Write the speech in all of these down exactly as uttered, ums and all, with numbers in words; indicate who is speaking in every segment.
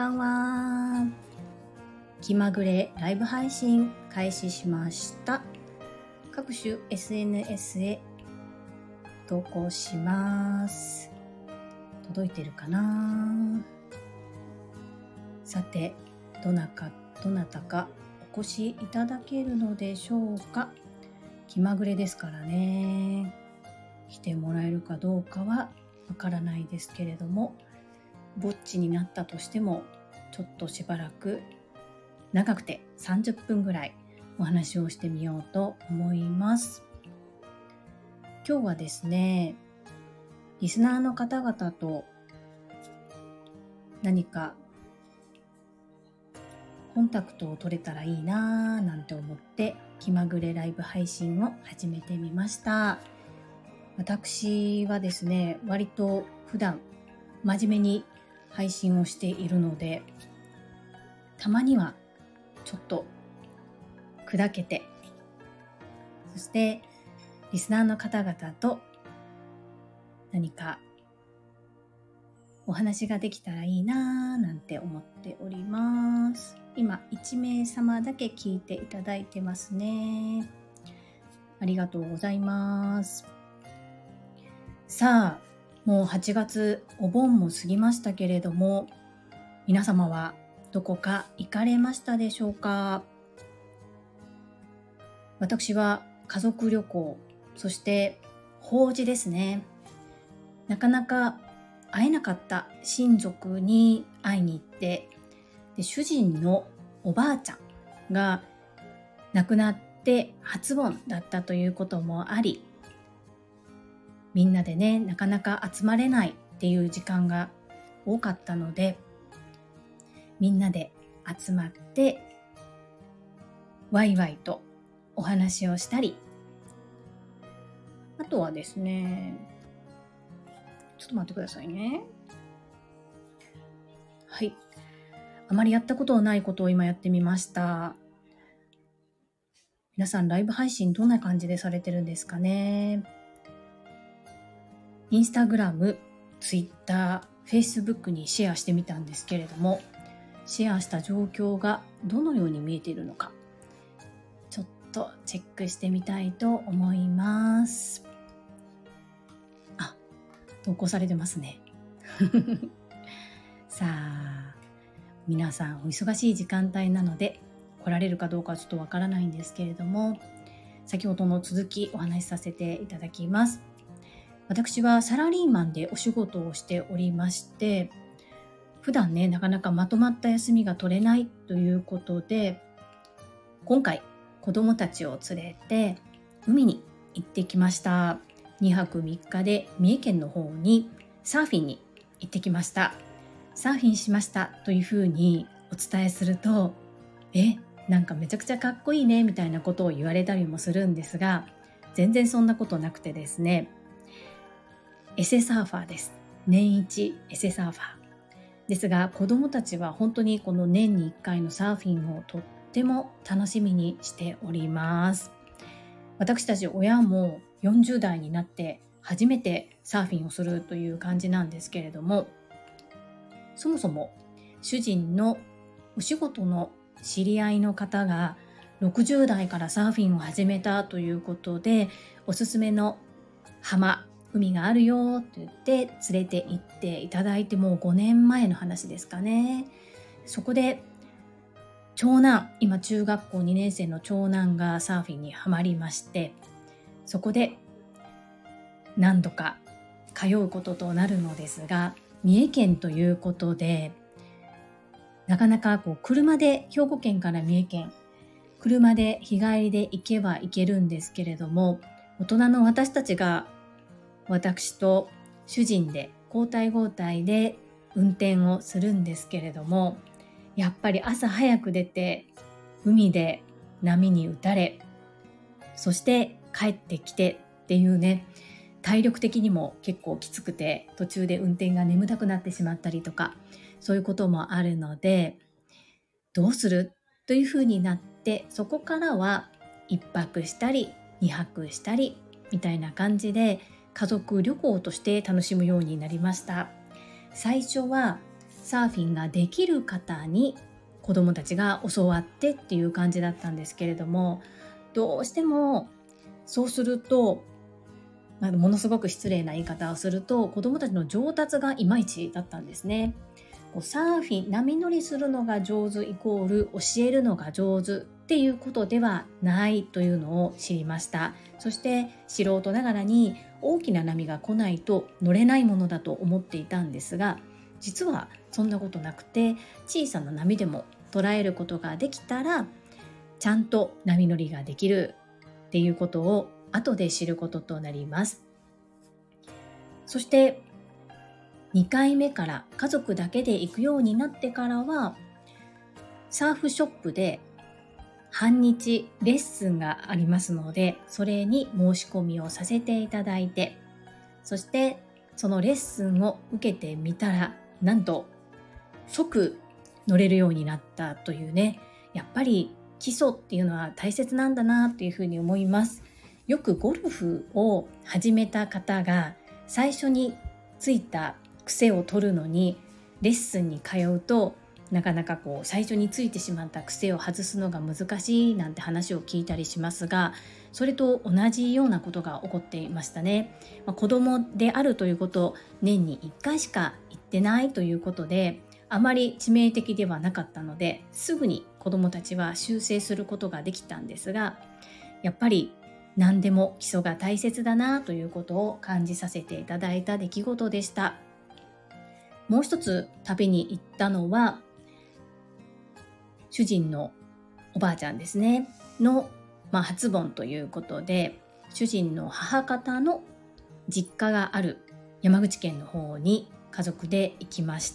Speaker 1: ばんは。気まぐれライブ配信開始しました。各種 エスエヌエス へ投稿します。届いてるかな？さて、どなかどなたかお越しいただけるのでしょうか。気まぐれですからね。来てもらえるかどうかはわからないですけれども、ぼっちになったとしてもちょっとしばらく長くてさんじゅっぷんぐらいお話をしてみようと思います。今日はですね、リスナーの方々と何かコンタクトを取れたらいいなぁなんて思って気まぐれライブ配信を始めてみました。私はですね、割と普段真面目に配信をしているので、たまにはちょっと砕けて、そしてリスナーの方々と何かお話ができたらいいなぁなんて思っております。今いちめいさまだけ聞いていただいてますね。ありがとうございます。さあ、もうはちがつ、お盆も過ぎましたけれども、皆様はどこか行かれましたでしょうか？私は家族旅行、そして法事ですね。なかなか会えなかった親族に会いに行って、で主人のおばあちゃんが亡くなって初盆だったということもあり、みんなでね、なかなか集まれないっていう時間が多かったので、みんなで集まってワイワイとお話をしたり、あとはですね、ちょっと待ってくださいね。はい。あまりやったことのないことを今やってみました。皆さんライブ配信どんな感じでされてるんですかね。インスタグラム、ツイッター、フェイスブックにシェアしてみたんですけれども、シェアした状況がどのように見えているのか、ちょっとチェックしてみたいと思います。あ、投稿されてますね。さあ、皆さんお忙しい時間帯なので来られるかどうかはちょっとわからないんですけれども、先ほどの続きお話しさせていただきます。私はサラリーマンでお仕事をしておりまして、普段ね、なかなかまとまった休みが取れないということで、今回子供たちを連れて海に行ってきました。にはくみっかで三重県の方にサーフィンに行ってきました。サーフィンしましたというふうにお伝えすると、え、なんかめちゃくちゃかっこいいねみたいなことを言われたりもするんですが、全然そんなことなくてですね、エセサーファーです。年一エセサーファーですが、子どもたちは本当にこの年にいっかいのサーフィンをとっても楽しみにしております。私たち親もよんじゅう代になって初めてサーフィンをするという感じなんですけれども、そもそも主人のお仕事の知り合いの方がろくじゅう代からサーフィンを始めたということで、おすすめの浜、海があるよって言って連れて行っていただいて、もうごねんまえの話ですかね。そこで長男、今中学校にねん生の長男がサーフィンにはまりまして、そこで何度か通うこととなるのですが、三重県ということで、なかなかこう車で兵庫県から三重県、車で日帰りで行けば行けるんですけれども、大人の私たちが私と主人で交代交代で運転をするんですけれども、やっぱり朝早く出て海で波に打たれ、そして帰ってきてっていうね、体力的にも結構きつくて、途中で運転が眠たくなってしまったりとか、そういうこともあるので、どうするというふうになって、そこからはいっぱくしたりにはくしたりみたいな感じで家族旅行として楽しむようになりました。最初はサーフィンができる方に子どもたちが教わってっていう感じだったんですけれども、どうしてもそうすると、まあものすごく失礼な言い方をすると、子どもたちの上達がいまいちだったんですね。こうサーフィン、波乗りするのが上手イコール教えるのが上手っていうことではないというのを知りました。そして素人ながらに大きな波が来ないと乗れないものだと思っていたんですが、実はそんなことなくて、小さな波でも捉えることができたらちゃんと波乗りができるっていうことを後で知ることとなります。そしてにかいめから家族だけで行くようになってからは、サーフショップで半日レッスンがありますので、それに申し込みをさせていただいて、そしてそのレッスンを受けてみたら、なんと即乗れるようになったというね、やっぱり基礎っていうのは大切なんだなっていうふうに思います。よくゴルフを始めた方が最初についた癖を取るのにレッスンに通うと、なかなかこう最初についてしまった癖を外すのが難しいなんて話を聞いたりしますが、それと同じようなことが起こっていましたね。まあ、子供であるということ、年にいっかいしか行ってないということで、あまり致命的ではなかったので、すぐに子供たちは修正することができたんですが、やっぱり何でも基礎が大切だなということを感じさせていただいた出来事でした。もう一つ旅に行ったのは、主人のおばあちゃんですねの、まあ、初盆ということで、主人の母方の実家がある山口県の方に家族で行きました。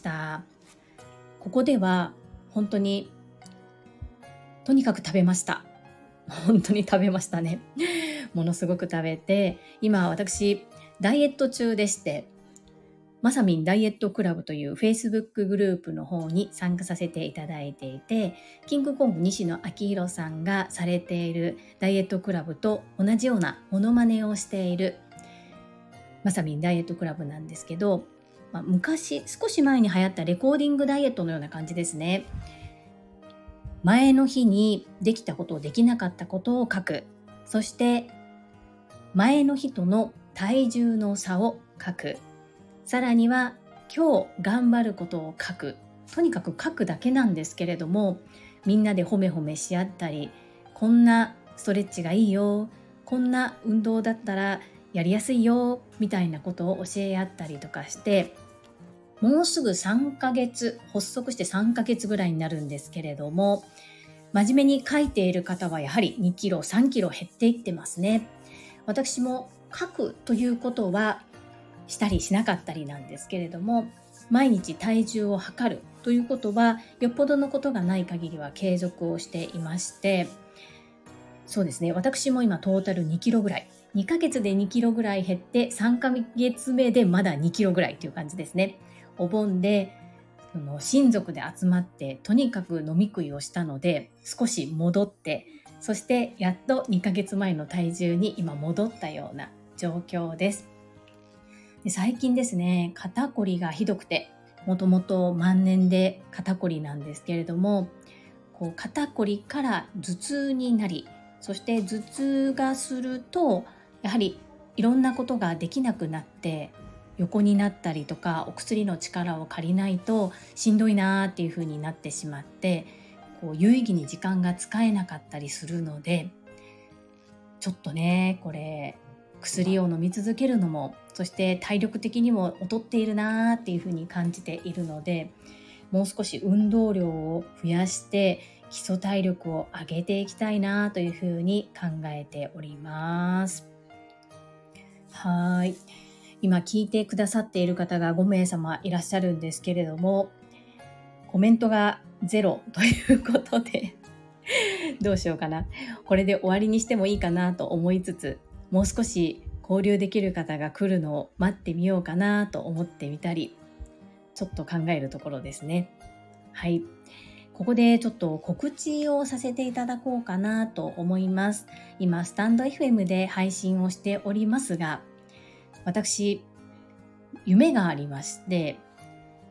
Speaker 1: ここでは本当にとにかく食べました。本当に食べましたね。ものすごく食べて、今私ダイエット中でして、まさみんダイエットクラブという Facebook グループの方に参加させていただいていて、キングコング西野昭弘さんがされているダイエットクラブと同じようなモノマネをしているまさみんダイエットクラブなんですけど、まあ、昔少し前に流行ったレコーディングダイエットのような感じですね。前の日にできたことをできなかったことを書く。そして前の日との体重の差を書く。さらには今日頑張ることを書く。とにかく書くだけなんですけれども、みんなで褒め褒めし合ったり、こんなストレッチがいいよ、こんな運動だったらやりやすいよみたいなことを教え合ったりとかして、もうすぐさんかげつ、発足してさんかげつぐらいになるんですけれども、真面目に書いている方はやはりにキロ、さんキロ減っていってますね。私も書くということはしたりしなかったりなんですけれども、毎日体重を測るということはよっぽどのことがない限りは継続をしていまして、そうですね、私も今トータルにキロぐらい、にかげつでにキロぐらい減って、さんかげつめでまだにキロぐらいという感じですね。お盆でその親族で集まってとにかく飲み食いをしたので、少し戻って、そしてやっとにかげつまえの体重に今戻ったような状況です。で、最近ですね、肩こりがひどくて、もともと万年で肩こりなんですけれども、こう肩こりから頭痛になり、そして頭痛がするとやはりいろんなことができなくなって、横になったりとかお薬の力を借りないとしんどいなっていう風になってしまって、こう有意義に時間が使えなかったりするので、ちょっとねこれ薬を飲み続けるのも、そして体力的にも劣っているなっていう風に感じているので、もう少し運動量を増やして基礎体力を上げていきたいなというふうに考えております。はい。今聞いてくださっている方がごめいさまいらっしゃるんですけれども、コメントがゼロということでどうしようかな。これで終わりにしてもいいかなと思いつつ、もう少し交流できる方が来るのを待ってみようかなと思ってみたり、ちょっと考えるところですね。はい。ここでちょっと告知をさせていただこうかなと思います。今、スタンド エフエム で配信をしておりますが、私、夢がありまして、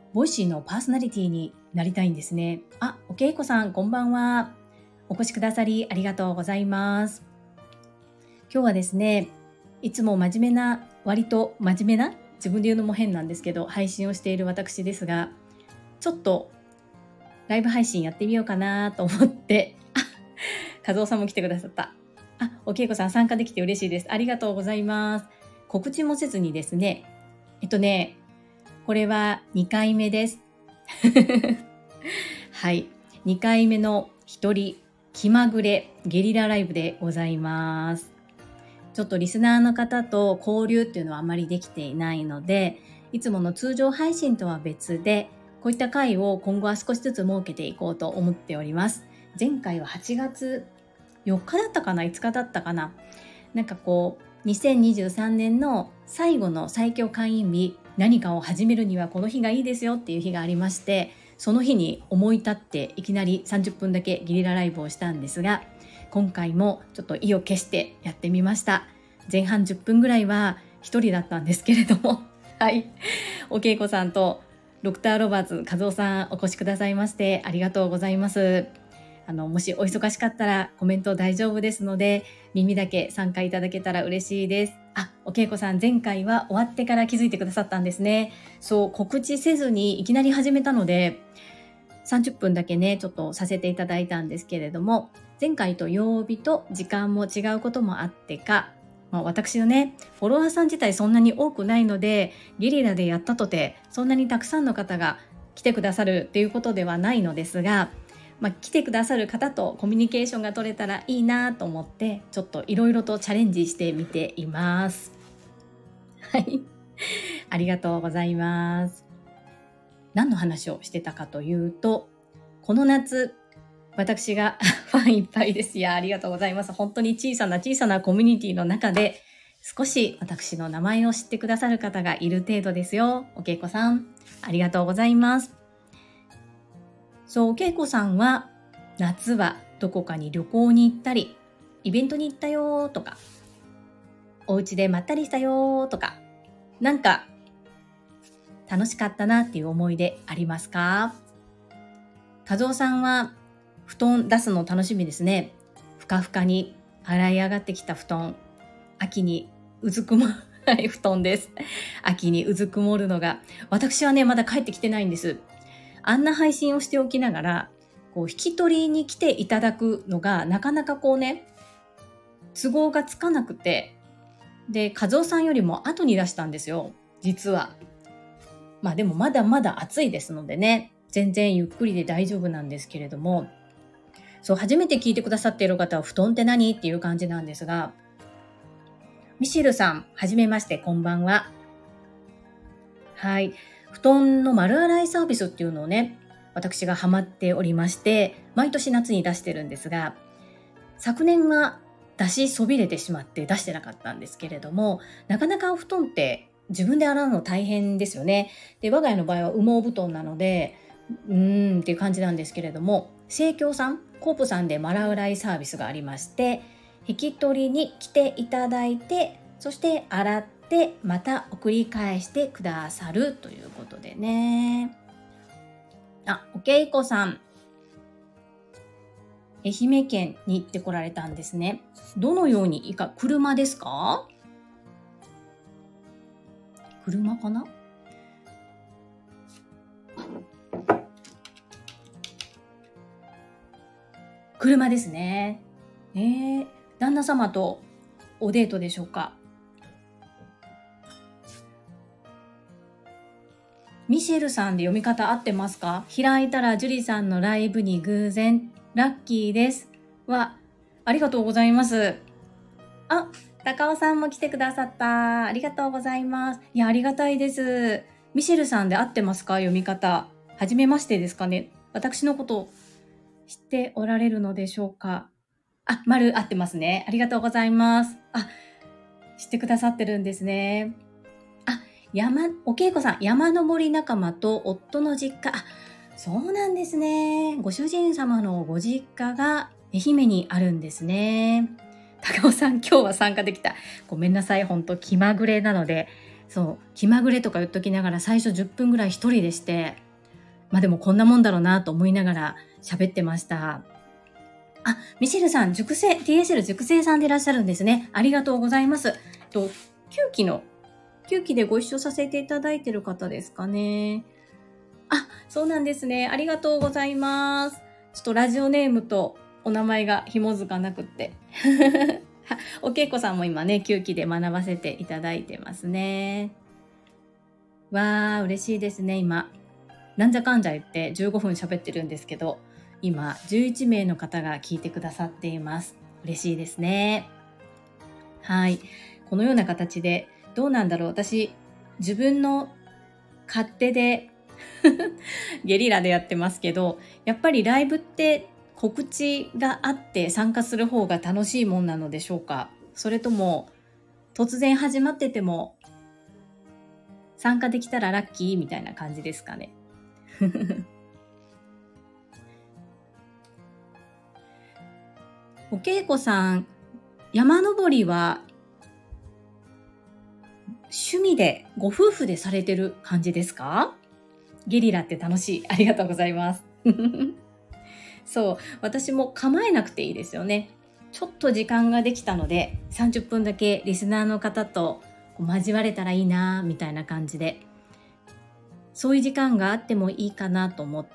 Speaker 1: ボイシーのパーソナリティになりたいんですね。あ、おけいこさん、こんばんは。お越しくださりありがとうございます。今日はですね、いつも真面目な、割と真面目な、自分で言うのも変なんですけど、配信をしている私ですが、ちょっとライブ配信やってみようかなと思って、あ、和夫さんも来てくださった。あ、おけいこさん参加できて嬉しいです。ありがとうございます。告知もせずにですね、えっとね、これはにかいめです。はい、にかいめの一人気まぐれゲリラライブでございます。ちょっとリスナーの方と交流っていうのはあまりできていないので、いつもの通常配信とは別で、こういった回を今後は少しずつ設けていこうと思っております。前回ははちがつよっかだったかな、いつかだったかな。なんかこう、にせんにじゅうさんねんの最後の最強会員日、何かを始めるにはこの日がいいですよっていう日がありまして、その日に思い立っていきなりさんじゅっぷんだけゲリラライブをしたんですが、今回もちょっと意を決してやってみました。前半じゅっぷんぐらいは一人だったんですけれども、はい、おけいこさんとドクターロバーツ和夫さんお越しくださいましてありがとうございます。あのもしお忙しかったらコメント大丈夫ですので、耳だけ参加いただけたら嬉しいです。あ、おけいこさん前回は終わってから気づいてくださったんですね。そう、告知せずにいきなり始めたのでさんじゅっぷんだけねちょっとさせていただいたんですけれども、前回と曜日と時間も違うこともあってか、まあ、私のねフォロワーさん自体そんなに多くないので、ゲリラでやったとてそんなにたくさんの方が来てくださるっていうことではないのですが、まあ、来てくださる方とコミュニケーションが取れたらいいなと思ってちょっといろいろとチャレンジしてみています。はいありがとうございます。何の話をしてたかというと、この夏私がファンいっぱいです。いや、ありがとうございます。本当に小さな小さなコミュニティの中で少し私の名前を知ってくださる方がいる程度ですよ。おけいこさん、ありがとうございます。そう、おけいこさんは夏はどこかに旅行に行ったり、イベントに行ったよとか、お家でまったりしたよとか、なんか楽しかったなっていう思い出ありますか？和夫さんは布団出すの楽しみですね。ふかふかに洗い上がってきた布団、秋にうずくもる布団です。秋にうずくもるのが、私はねまだ帰ってきてないんです。あんな配信をしておきながら、こう引き取りに来ていただくのがなかなかこうね都合がつかなくて、で和夫さんよりも後に出したんですよ、実は。まあでもまだまだ暑いですのでね、全然ゆっくりで大丈夫なんですけれども、そう、初めて聞いてくださっている方は布団って何っていう感じなんですが、ミシェルさん、はじめまして、こんばんは。はい、布団の丸洗いサービスっていうのをね私がハマっておりまして、毎年夏に出してるんですが、昨年は出しそびれてしまって出してなかったんですけれども、なかなかお布団って自分で洗うの大変ですよね。で、我が家の場合は羽毛布団なのでうーんっていう感じなんですけれども、生協さん、コープさんで丸洗いサービスがありまして、引き取りに来ていただいて、そして洗ってまた送り返してくださるということでね。あ、おけいこさん、愛媛県に行ってこられたんですね。どのように行か、車ですか？車かな？車ですね。えー、旦那様とおデートでしょうか？ミシェルさんで読み方合ってますか？開いたらジュリさんのライブに偶然、ラッキーですは、ありがとうございます。あ、高尾さんも来てくださった。ありがとうございます。いや、ありがたいです。ミシェルさんで合ってますか？読み方。はじめましてですかね。私のこと知っておられるのでしょうか？あ、丸合ってますね。ありがとうございます。あ、知ってくださってるんですね。あ、山、おけいこさん、山登り仲間と夫の実家。あ、そうなんですね。ご主人様のご実家が愛媛にあるんですね。高尾さん、今日は参加できた。ごめんなさい。ほんと気まぐれなのでそう気まぐれとか言っときながら最初じゅっぷんぐらい一人でして、まあでもこんなもんだろうなと思いながら喋ってました。あ、ミシェルさん、熟成、ティーエスエル 熟成さんでいらっしゃるんですね。ありがとうございます。と、きゅうきの、きゅうきでご一緒させていただいている方ですかね。あ、そうなんですね。ありがとうございます。ちょっとラジオネームとお名前が紐づかなくって。お稽古さんも今ね、きゅうきで学ばせていただいてますね。わー、嬉しいですね、今。なんじゃかんじゃ言ってじゅうごふん喋ってるんですけど、今じゅういちめいの方が聞いてくださっています。嬉しいですね。はい。このような形で、どうなんだろう。私、自分の勝手でゲリラでやってますけど、やっぱりライブって告知があって参加する方が楽しいもんなのでしょうか。それとも、突然始まってても、参加できたらラッキーみたいな感じですかね。お稽古さん、山登りは趣味でご夫婦でされてる感じですか？ゲリラって楽しい。ありがとうございます。そう、私も構えなくていいですよね。ちょっと時間ができたので、さんじゅっぷんだけリスナーの方と交われたらいいなみたいな感じで、そういう時間があってもいいかなと思って、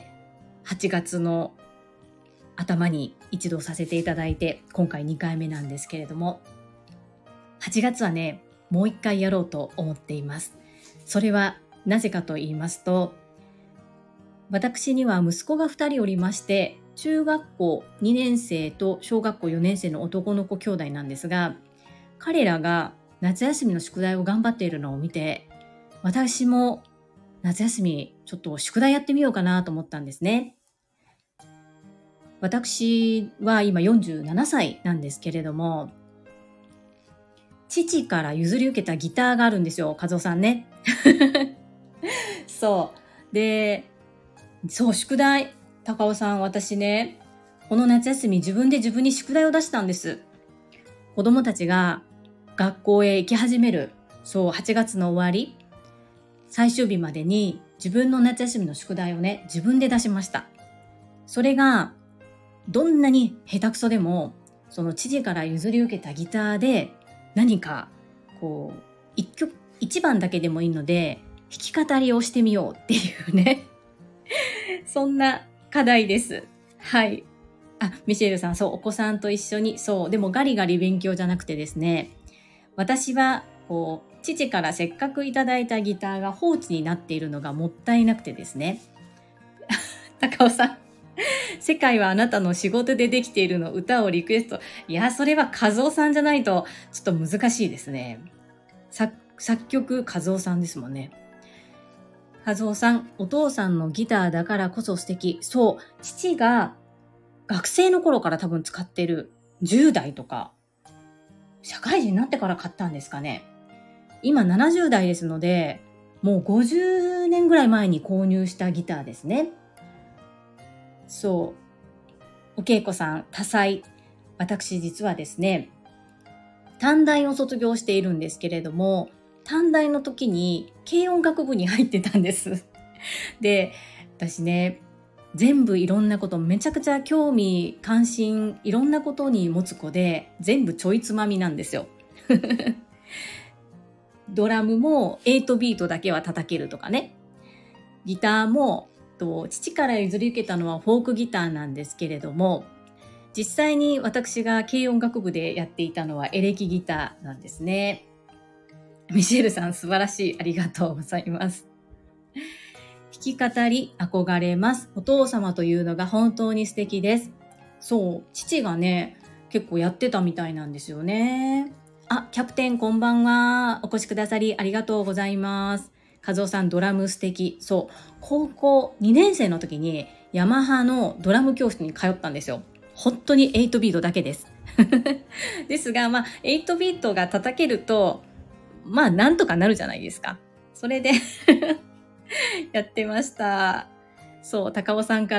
Speaker 1: はちがつの頭に一度させていただいて、今回にかいめなんですけれども、はちがつはね、もういっかいやろうと思っています。それはなぜかと言いますと、私には息子がふたりおりまして、中学校にねんせいと小学校よねんせいの男の子兄弟なんですが、彼らが夏休みの宿題を頑張っているのを見て、私も夏休みちょっと宿題やってみようかなと思ったんですね。私は今よんじゅうななさいなんですけれども、父から譲り受けたギターがあるんですよ、和夫さんね。そう。で、そう、宿題。高尾さん、私ね、この夏休み自分で自分に宿題を出したんです。子供たちが学校へ行き始める、そう、はちがつの終わり、最終日までに自分の夏休みの宿題をね、自分で出しました。それが、どんなに下手くそでも、その父から譲り受けたギターで何か、こう、一曲、一番だけでもいいので、弾き語りをしてみようっていうね。そんな課題です。はい。あ、ミシェルさん、そう、お子さんと一緒に、そう、でもガリガリ勉強じゃなくてですね、私は、こう、父からせっかくいただいたギターが放置になっているのがもったいなくてですね。高尾さん、世界はあなたの仕事でできているの歌をリクエスト。いや、それは和夫さんじゃないと、ちょっと難しいですね。作、作曲和夫さんですもんね。和夫さん、お父さんのギターだからこそ素敵。そう、父が学生の頃から多分使ってるじゅうだいとか、社会人になってから買ったんですかね。今ななじゅうだいですので、もうごじゅうねんぐらい前に購入したギターですね。そう、お稽古さん、多彩。私実はですね、短大を卒業しているんですけれども、短大の時に軽音楽部に入ってたんです。で、私ね、全部いろんなこと、めちゃくちゃ興味、関心、いろんなことに持つ子で、全部ちょいつまみなんですよ。ドラムもはちビートだけは叩けるとかね。ギターも、と父から譲り受けたのはフォークギターなんですけれども、実際に私が軽音楽部でやっていたのはエレキギターなんですね。ミシェルさん、素晴らしい。ありがとうございます。弾き語り憧れます。お父様というのが本当に素敵です。そう、父がね、結構やってたみたいなんですよね。あ、キャプテンこんばんは。お越しくださりありがとうございます。和夫さん、ドラム素敵。そう、高校にねんせいの時にヤマハのドラム教室に通ったんですよ。本当にはちビートだけです。ですが、まあ、はちビートが叩けると、まあ、なんとかなるじゃないですか。それでやってました。そう、高尾さんから、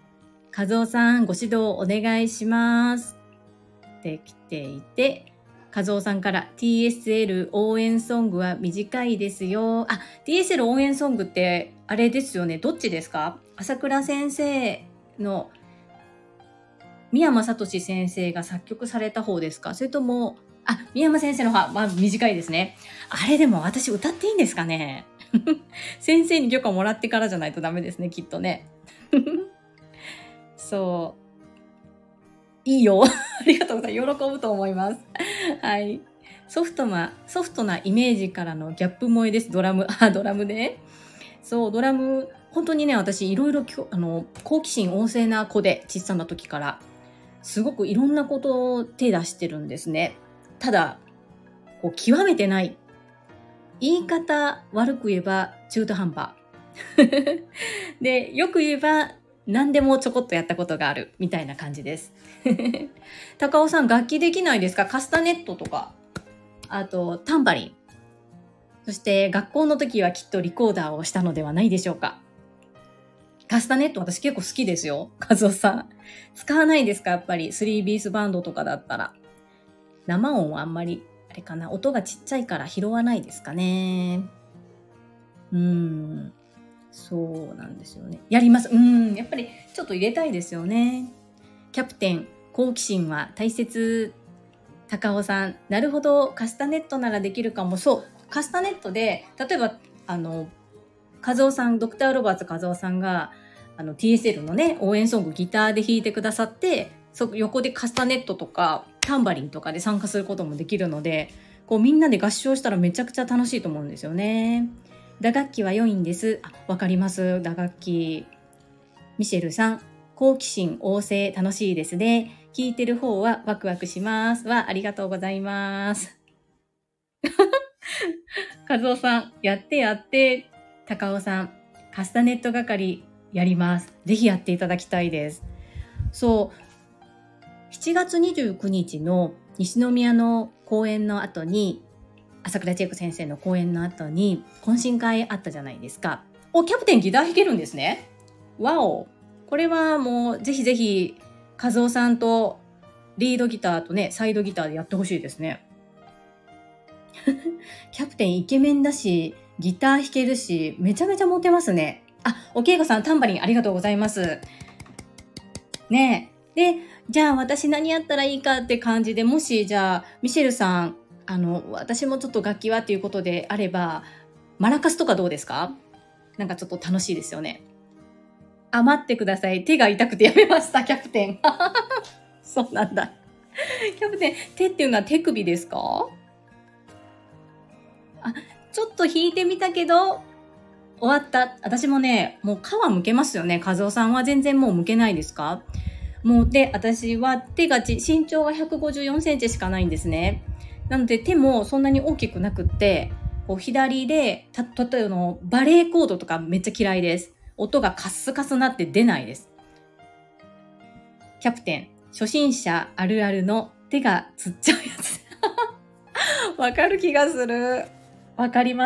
Speaker 1: 和夫さん、ご指導お願いします。って来ていて、 和夫さんから ティーエスエル 応援ソングは短いですよ。あ、ティーエスエル 応援ソングってあれですよね。どっちですか？朝倉先生の宮山聡先生が作曲された方ですか？それとも、あ、宮山先生の方は、まあ、短いですね。あれでも私歌っていいんですかね？先生に許可もらってからじゃないとダメですね、きっとね。そう。いいよ。ありがとうございます。喜ぶと思います。はい。ソフトな、ソフトなイメージからのギャップ萌えです。ドラム。あ、ドラムね。そう、ドラム、本当にね、私、いろいろ、あの、好奇心旺盛な子で、小さな時から、すごくいろんなことを手出してるんですね。ただ、こう極めてない。言い方悪く言えば中途半端。で、よく言えば何でもちょこっとやったことがあるみたいな感じです。高尾さん、楽器できないですか？カスタネットとか、あとタンバリン。そして学校の時はきっとリコーダーをしたのではないでしょうか。カスタネット私結構好きですよ。和夫さん。使わないですか？やっぱりスリービースバンドとかだったら。生音はあんまり、あれかな。音がちっちゃいから拾わないですかね。うーん。そうなんですよね。やります。うーん。やっぱりちょっと入れたいですよね。キャプテン、好奇心は大切。高尾さん。なるほど。カスタネットならできるかも。そう。カスタネットで、例えば、あの、和夫さん、ドクター・ロバーツ和夫さんが、あの ティーエスエル のね、応援ソングギターで弾いてくださって、そ横でカスタネットとかタンバリンとかで参加することもできるので、こうみんなで合唱したらめちゃくちゃ楽しいと思うんですよね。打楽器は良いんです。あ、わかります。打楽器。ミシェルさん、好奇心旺盛楽しいですね。聞いてる方はワクワクしますは、ありがとうございます。和夫さん、やってやって。高尾さん、カスタネット係やります。ぜひやっていただきたいです。そう、しちがつにじゅうくにちの西宮の公演の後に、朝倉千恵子先生の講演の後に懇親会あったじゃないですか。お、キャプテンギター弾けるんですね。わお。これはもうぜひぜひ和夫さんとリードギターとね、サイドギターでやってほしいですね。キャプテンイケメンだし、ギター弾けるし、めちゃめちゃモテますね。あ、おけいこさん、タンバリンありがとうございます。ねえ。で、じゃあ私何やったらいいかって感じで、もしじゃあミシェルさん、あの、私もちょっと楽器はっていうことであれば、マラカスとかどうですか？なんかちょっと楽しいですよね。あ、待ってください。手が痛くてやめました、キャプテン。そうなんだ。キャプテン、手っていうのは手首ですか？あ、ちょっと弾いてみたけど、終わった。私もね、もう皮むけますよね。和夫さんは全然もうむけないですか？もうで、私は手がち、身長がひゃくごじゅうよんセンチしかないんですね。なので手もそんなに大きくなくって、こう左で、た、例えばのバレーコードとかめっちゃ嫌いです。音がカスカスなって出ないです。キャプテン、初心者あるあるの手がつっちゃうやつ。わかる気がする。わかります。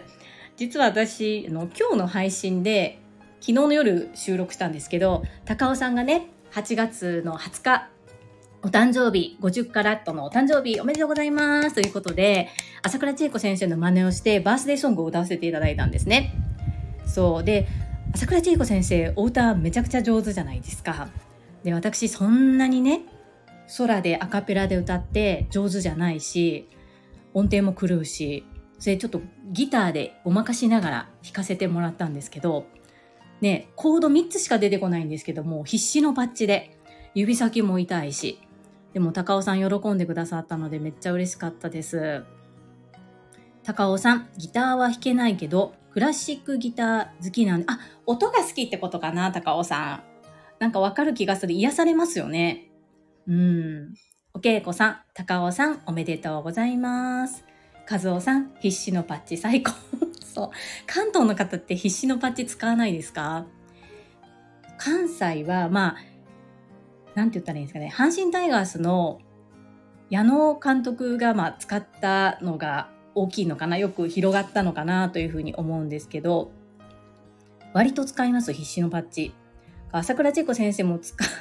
Speaker 1: 実は私、あの今日の配信で、昨日の夜収録したんですけど、高尾さんがね、はちがつのはつか、お誕生日、ごじゅっカラットのお誕生日おめでとうございますということで、朝倉千恵子先生の真似をしてバースデーソングを歌わせていただいたんですね。そうで、朝倉千恵子先生お歌めちゃくちゃ上手じゃないですか。で、私そんなにね、空でアカペラで歌って上手じゃないし、音程も狂うし、それちょっとギターでごまかしながら弾かせてもらったんですけど、ね、コードみっつしか出てこないんですけども、必死のパッチで指先も痛いし、でも高尾さん喜んでくださったのでめっちゃ嬉しかったです。高尾さん、ギターは弾けないけどクラシックギター好きなんで、あ、音が好きってことかな、高尾さん。なんかわかる気がする。癒されますよね。うん。おけいこさん、高尾さんおめでとうございます。和夫さん、必死のパッチ最高。そう。関東の方って必死のパッチ使わないですか？関西はまあ、なんて言ったらいいんですかね。阪神タイガースの矢野監督がまあ使ったのが大きいのかな。よく広がったのかなというふうに思うんですけど、割と使います、必死のパッチ。朝倉千恵子先生も使う。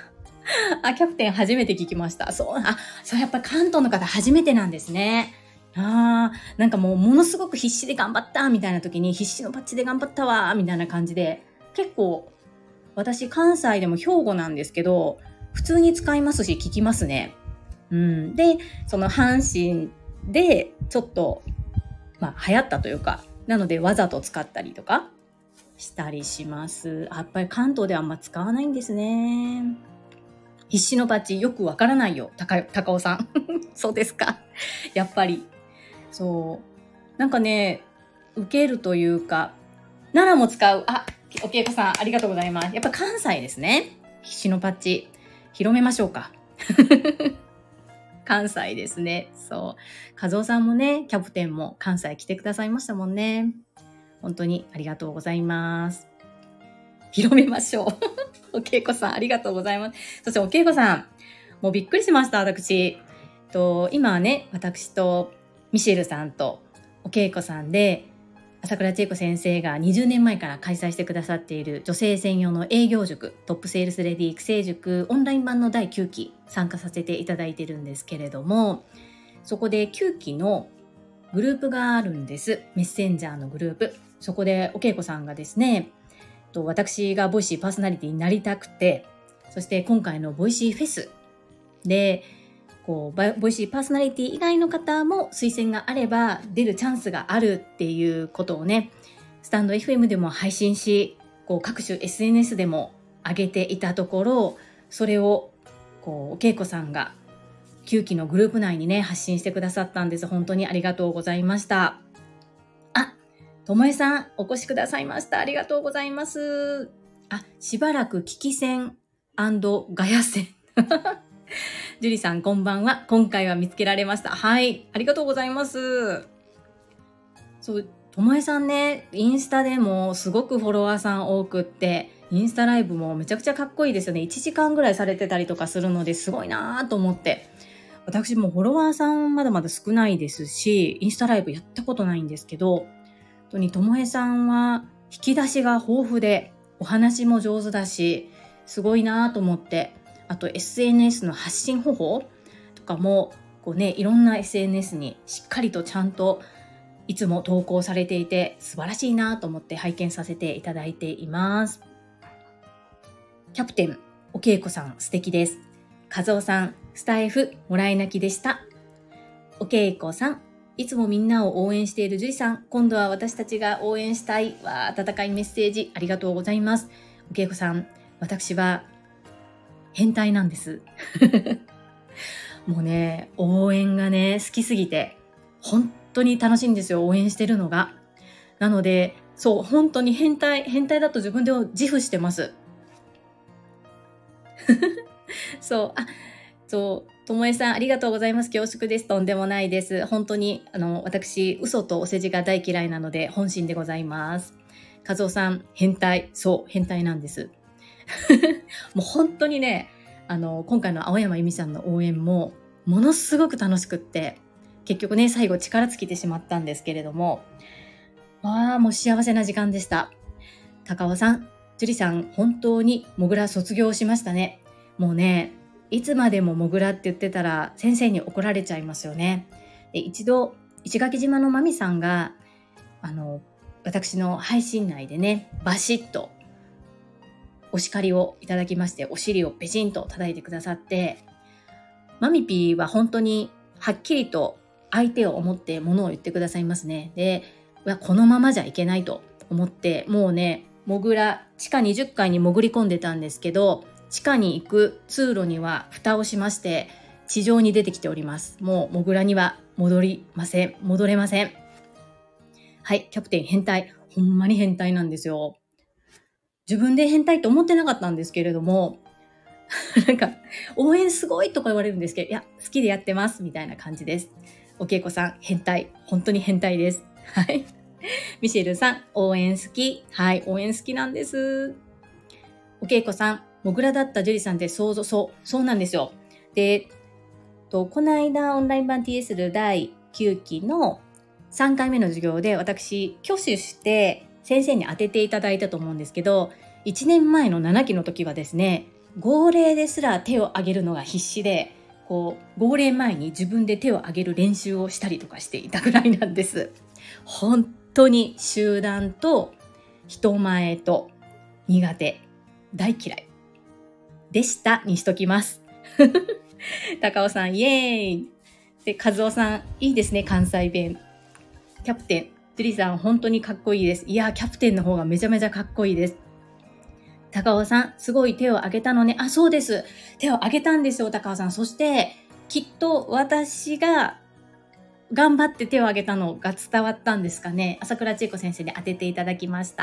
Speaker 1: あ、キャプテン初めて聞きました。そう、あ、そう、やっぱ関東の方初めてなんですね。ああ、なんかもうものすごく必死で頑張ったみたいな時に必死のパッチで頑張ったわみたいな感じで、結構私関西でも兵庫なんですけど、普通に使いますし聞きますね。うん、で、その阪神でちょっと、まあ、流行ったというか、なのでわざと使ったりとかしたりします。やっぱり関東ではあんま使わないんですね。必死のパッチよくわからないよ、高高尾さん。そうですか。やっぱり。そう。なんかね、受けるというか、奈良も使う。あ、おけいこさん、ありがとうございます。やっぱ関西ですね。必死のパッチ。広めましょうか。関西ですね。そう。和夫さんもね、キャプテンも関西来てくださいましたもんね。本当にありがとうございます。広めましょう。おけいこさん、ありがとうございます。そしておけいこさん、もうびっくりしました、私。と今はね、私とミシェルさんとおけいこさんで、朝倉千恵子先生がにじゅうねんまえから開催してくださっている女性専用の営業塾、トップセールスレディ育成塾オンライン版のだいきゅうき参加させていただいてるんですけれども、そこできゅうきのグループがあるんです。メッセンジャーのグループ。そこでおけいこさんがですね、私がボイシーパーソナリティになりたくて、そして今回のボイシーフェスでこうボイシーパーソナリティ以外の方も推薦があれば出るチャンスがあるっていうことをね、スタンド エフエム でも配信し、こう各種 エスエヌエス でも上げていたところ、それをこうおけいこさんがきゅうきのグループ内にね発信してくださったんです。本当にありがとうございました。あ、ともえさんお越しくださいました。ありがとうございます。あ、しばらく聞き戦&ガヤ戦ジュリさんこんばんは。今回は見つけられました。はい、ありがとうございます。そう、ともえさんね、インスタでもすごくフォロワーさん多くって、インスタライブもめちゃくちゃかっこいいですよね。いちじかんぐらいされてたりとかするのですごいなと思って。私もフォロワーさんまだまだ少ないですし、インスタライブやったことないんですけど、本当にともえさんは引き出しが豊富で、お話も上手だし、すごいなと思って、あと エスエヌエス の発信方法とかもこうね、いろんな エスエヌエス にしっかりとちゃんといつも投稿されていて素晴らしいなと思って拝見させていただいています。キャプテンおけいこさん素敵です。和夫さんスタイフもらい泣きでした。おけいこさんいつもみんなを応援しているジュリさん、今度は私たちが応援したいわ。温かいメッセージありがとうございます。おけいこさん、私は変態なんですもうね、応援がね好きすぎて本当に楽しいんですよ、応援してるのが。なのでそう、本当に変態変態だと自分で自負してますそう、あ、そう、ともえさんありがとうございます。恐縮です。とんでもないです。本当にあの私嘘とお世辞が大嫌いなので本心でございます。和夫さん変態、そう変態なんですもう本当にね、あの今回の青山由美さんの応援もものすごく楽しくって、結局ね最後力尽きてしまったんですけれども、わあもう幸せな時間でした。高尾さん、樹里さん本当にモグラ卒業しましたね。もうね、いつまでもモグラって言ってたら先生に怒られちゃいますよね。で一度石垣島のまみさんがあの私の配信内でねバシッとお叱りをいただきまして、お尻をペチンと叩いてくださって、マミピーは本当にはっきりと相手を思ってものを言ってくださいますね。で、このままじゃいけないと思って、もうね、モグラ地下にじゅっかいに潜り込んでたんですけど、地下に行く通路には蓋をしまして地上に出てきております。もうモグラには戻りません。戻れません。はい、キャプテン変態。ほんまに変態なんですよ。自分で変態って思ってなかったんですけれどもなんか応援すごいとか言われるんですけど、いや好きでやってますみたいな感じです。おけいこさん変態、本当に変態です。はいミシェルさん応援好き、はい応援好きなんです。おけいこさんモグラだったジュリさんって想像、そうそうなんですよ。でとこの間オンライン版 ティーエス ルだいきゅうきのさんかいめの授業で私挙手して先生に当てていただいたと思うんですけど、いちねんまえのななきの時はですね、 号令ですら手を挙げるのが必死で、こう号令前に自分で手を挙げる練習をしたりとかしていたぐらいなんです。本当に集団と人前と苦手、大嫌いでしたにしときます。高尾さんイエーイで、和夫さんいいですね、関西弁。キャプテントゥリさん本当にかっこいいです。いやキャプテンの方がめちゃめちゃかっこいいです。高尾さんすごい手を挙げたのね。あ、そうです、手を挙げたんですよ高尾さん。そしてきっと私が頑張って手を挙げたのが伝わったんですかね。朝倉千恵子先生に当てていただきました。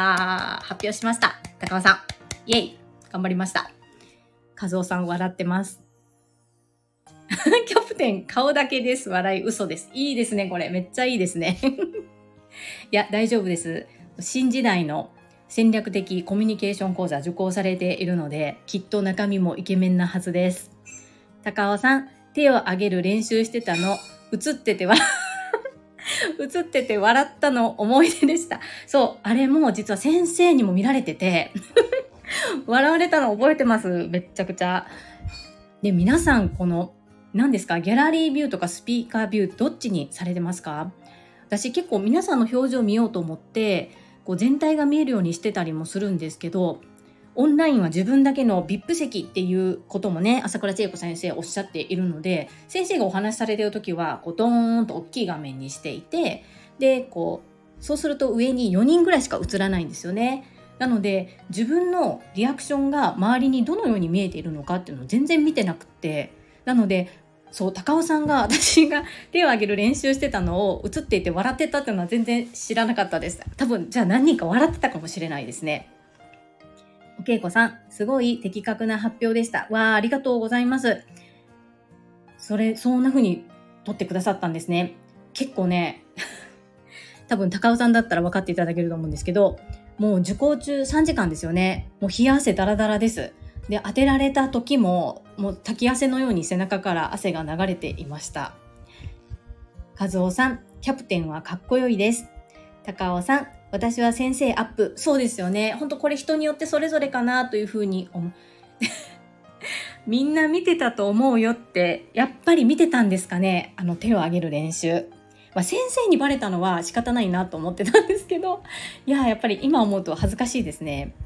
Speaker 1: 発表しました。高尾さんイエイ、頑張りました。和夫さん笑ってます。キャプテン顔だけです。笑い嘘です。いいですね、これめっちゃいいですね。いや大丈夫です。新時代の戦略的コミュニケーション講座受講されているので、きっと中身もイケメンなはずです。高尾さん手を挙げる練習してたの映ってては映ってて笑ったの思い出でした。そう、あれも実は先生にも見られてて笑われたの覚えてます。めっちゃくちゃ。で、皆さんこの何ですか、ギャラリービューとかスピーカービューどっちにされてますか？私結構皆さんの表情を見ようと思ってこう全体が見えるようにしてたりもするんですけど、オンラインは自分だけの ブイアイピー 席っていうこともね、朝倉千恵子先生おっしゃっているので、先生がお話しされている時はこうドーンと大きい画面にしていて、でこうそうすると上によにんぐらいしか映らないんですよね。なので自分のリアクションが周りにどのように見えているのかっていうのを全然見てなくって、なのでそう高尾さんが私が手を挙げる練習してたのを映っていて笑ってたっていうのは全然知らなかったです。多分じゃあ何人か笑ってたかもしれないですね。おけいこさんすごい的確な発表でした。わーありがとうございます。それそんな風に取ってくださったんですね。結構ね多分高尾さんだったら分かっていただけると思うんですけど、もう受講中さんじかんですよね。もう冷や汗ダラダラです。で当てられた時ももう滝汗のように背中から汗が流れていました。和夫さんキャプテンはかっこよいです。高尾さん私は先生アップ。そうですよね。本当これ人によってそれぞれかなというふうに思うみんな見てたと思うよって、やっぱり見てたんですかね、あの手を挙げる練習。まあ、先生にバレたのは仕方ないなと思ってたんですけど、いややっぱり今思うと恥ずかしいですね。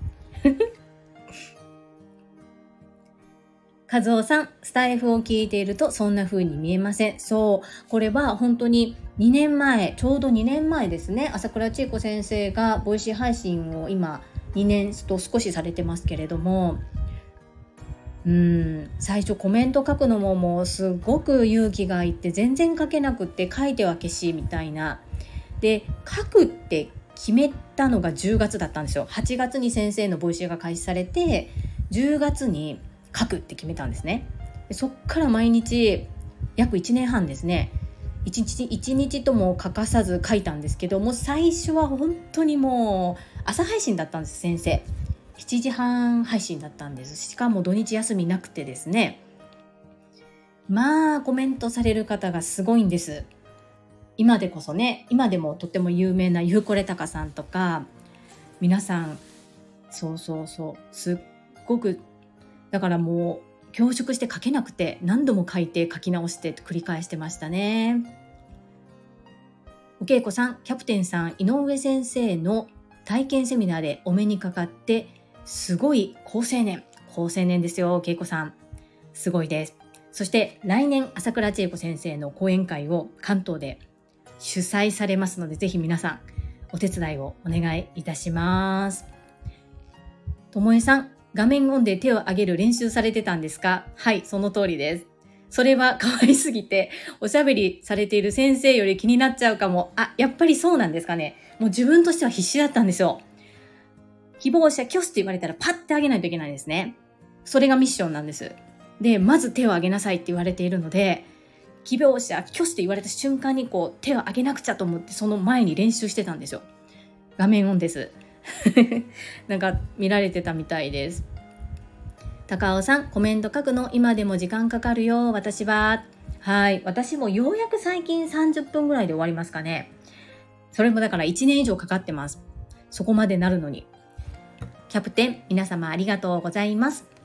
Speaker 1: 和夫さんスタイフを聞いているとそんな風に見えません。そうこれは本当ににねんまえ、ちょうどにねんまえですね。朝倉千恵子先生がボイシー配信を今にねんと少しされてますけれども、うーん最初コメント書くのももうすごく勇気がいって全然書けなくって、書いては消しみたいな。で書くって決めたのがじゅうがつだったんですよ。はちがつに先生のボイシーが開始されてじゅうがつに書くって決めたんですね。でそっから毎日約いちねんはんですね、一日一日とも欠かさず書いたんですけども、最初は本当にもう朝配信だったんです。先生しちじはん配信だったんです。しかも土日休みなくてですね、まあコメントされる方がすごいんです。今でこそね、今でもとっても有名なゆうこれたかさんとか、皆さんそうそうそうすっごく、だからもう恐縮して書けなくて何度も書いて書き直して繰り返してましたね。おけいこさんキャプテンさん井上先生の体験セミナーでお目にかかってすごい好青年好青年ですよ。おけいこさんすごいです。そして来年朝倉千恵子先生の講演会を関東で主催されますので、ぜひ皆さんお手伝いをお願いいたします。ともえさん画面オンで手を挙げる練習されてたんですか？はい、その通りです。それは可愛すぎておしゃべりされている先生より気になっちゃうかも。あ、やっぱりそうなんですかね。もう自分としては必死だったんですよ。希望者挙手って言われたらパッてあげないといけないんですね。それがミッションなんです。でまず手を挙げなさいって言われているので、希望者挙手って言われた瞬間にこう手を挙げなくちゃと思って、その前に練習してたんですよ。画面オンですなんか見られてたみたいです。高尾さんコメント書くの今でも時間かかるよ私は。はい、私もようやく最近さんじゅっぷんぐらいで終わりますかね。それもだからいちねん以上かかってます。そこまでなるのに。キャプテン皆様ありがとうございます。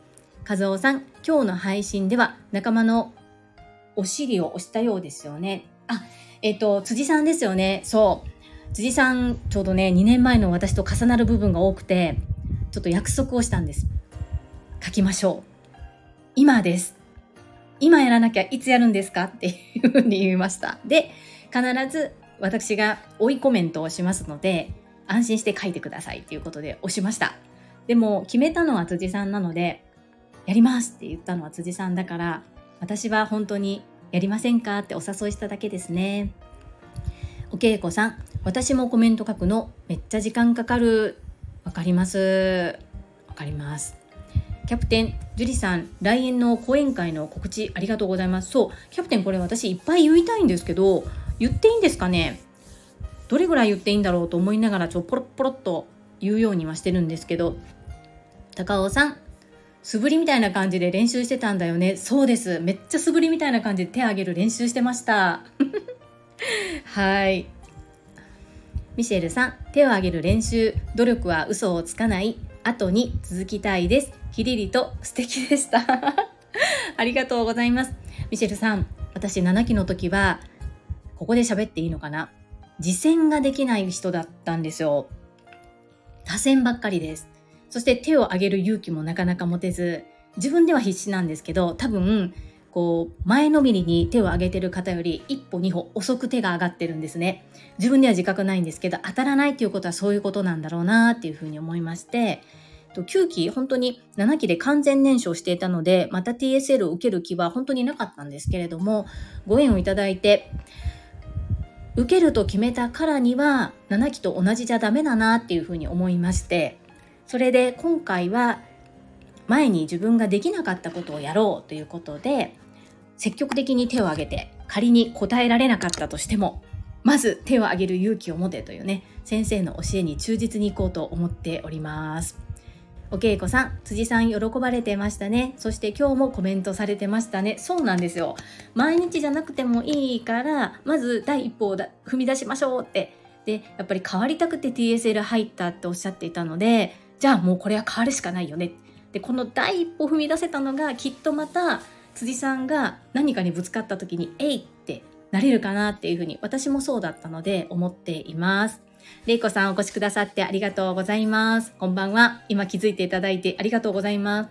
Speaker 1: 和夫さん、今日の配信では仲間のお尻を押したようですよね。あ、えっと、辻さんですよね。そう。辻さん、ちょうどね、にねんまえの私と重なる部分が多くて、ちょっと約束をしたんです。書きましょう。今です。今やらなきゃいつやるんですかっていうふうに言いました。で、必ず私が追いコメントをしますので、安心して書いてくださいということで押しました。でも決めたのは辻さんなので、やりますって言ったのは辻さんだから、私は本当にやりませんかってお誘いしただけですね。おけいこさん、私もコメント書くのめっちゃ時間かかる。わかります。わかります。キャプテン、ジュリさん、来園の講演会の告知ありがとうございます。そう、キャプテンこれ私いっぱい言いたいんですけど、言っていいんですかね？どれぐらい言っていいんだろうと思いながらちょっとポロッポロッと言うようにはしてるんですけど、高尾さん、素振りみたいな感じで練習してたんだよね。そうです。めっちゃ素振りみたいな感じで手を挙げる練習してました。はい。ミシェルさん、手を挙げる練習、努力は嘘をつかない後に続きたいです。ひりりと素敵でした。ありがとうございます。ミシェルさん、私ななきの時は、ここで喋っていいのかな？実践ができない人だったんですよ。多選ばっかりです。そして手を挙げる勇気もなかなか持てず、自分では必死なんですけど、多分こう前のめりに手を挙げてる方より一歩二歩遅く手が上がってるんですね。自分では自覚ないんですけど、当たらないっていうことはそういうことなんだろうなっていうふうに思いまして、きゅうき本当にななきで完全燃焼していたので、また ティーエスエル を受ける気は本当になかったんですけれども、ご縁をいただいて受けると決めたからにはななきと同じじゃダメだなっていうふうに思いまして、それで今回は前に自分ができなかったことをやろうということで、積極的に手を挙げて、仮に答えられなかったとしてもまず手を挙げる勇気を持てというね、先生の教えに忠実にいこうと思っております。おけいこさん、辻さん喜ばれてましたね。そして今日もコメントされてましたね。そうなんですよ。毎日じゃなくてもいいから、まず第一歩をだ踏み出しましょうって。で、やっぱり変わりたくて ティーエスエル 入ったっておっしゃっていたので、じゃあもうこれは変わるしかないよね。で、この第一歩踏み出せたのがきっとまた辻さんが何かにぶつかった時にえいってなれるかなっていうふうに、私もそうだったので思っています。れいこさんお越しくださってありがとうございます。こんばんは。今気づいていただいてありがとうございます。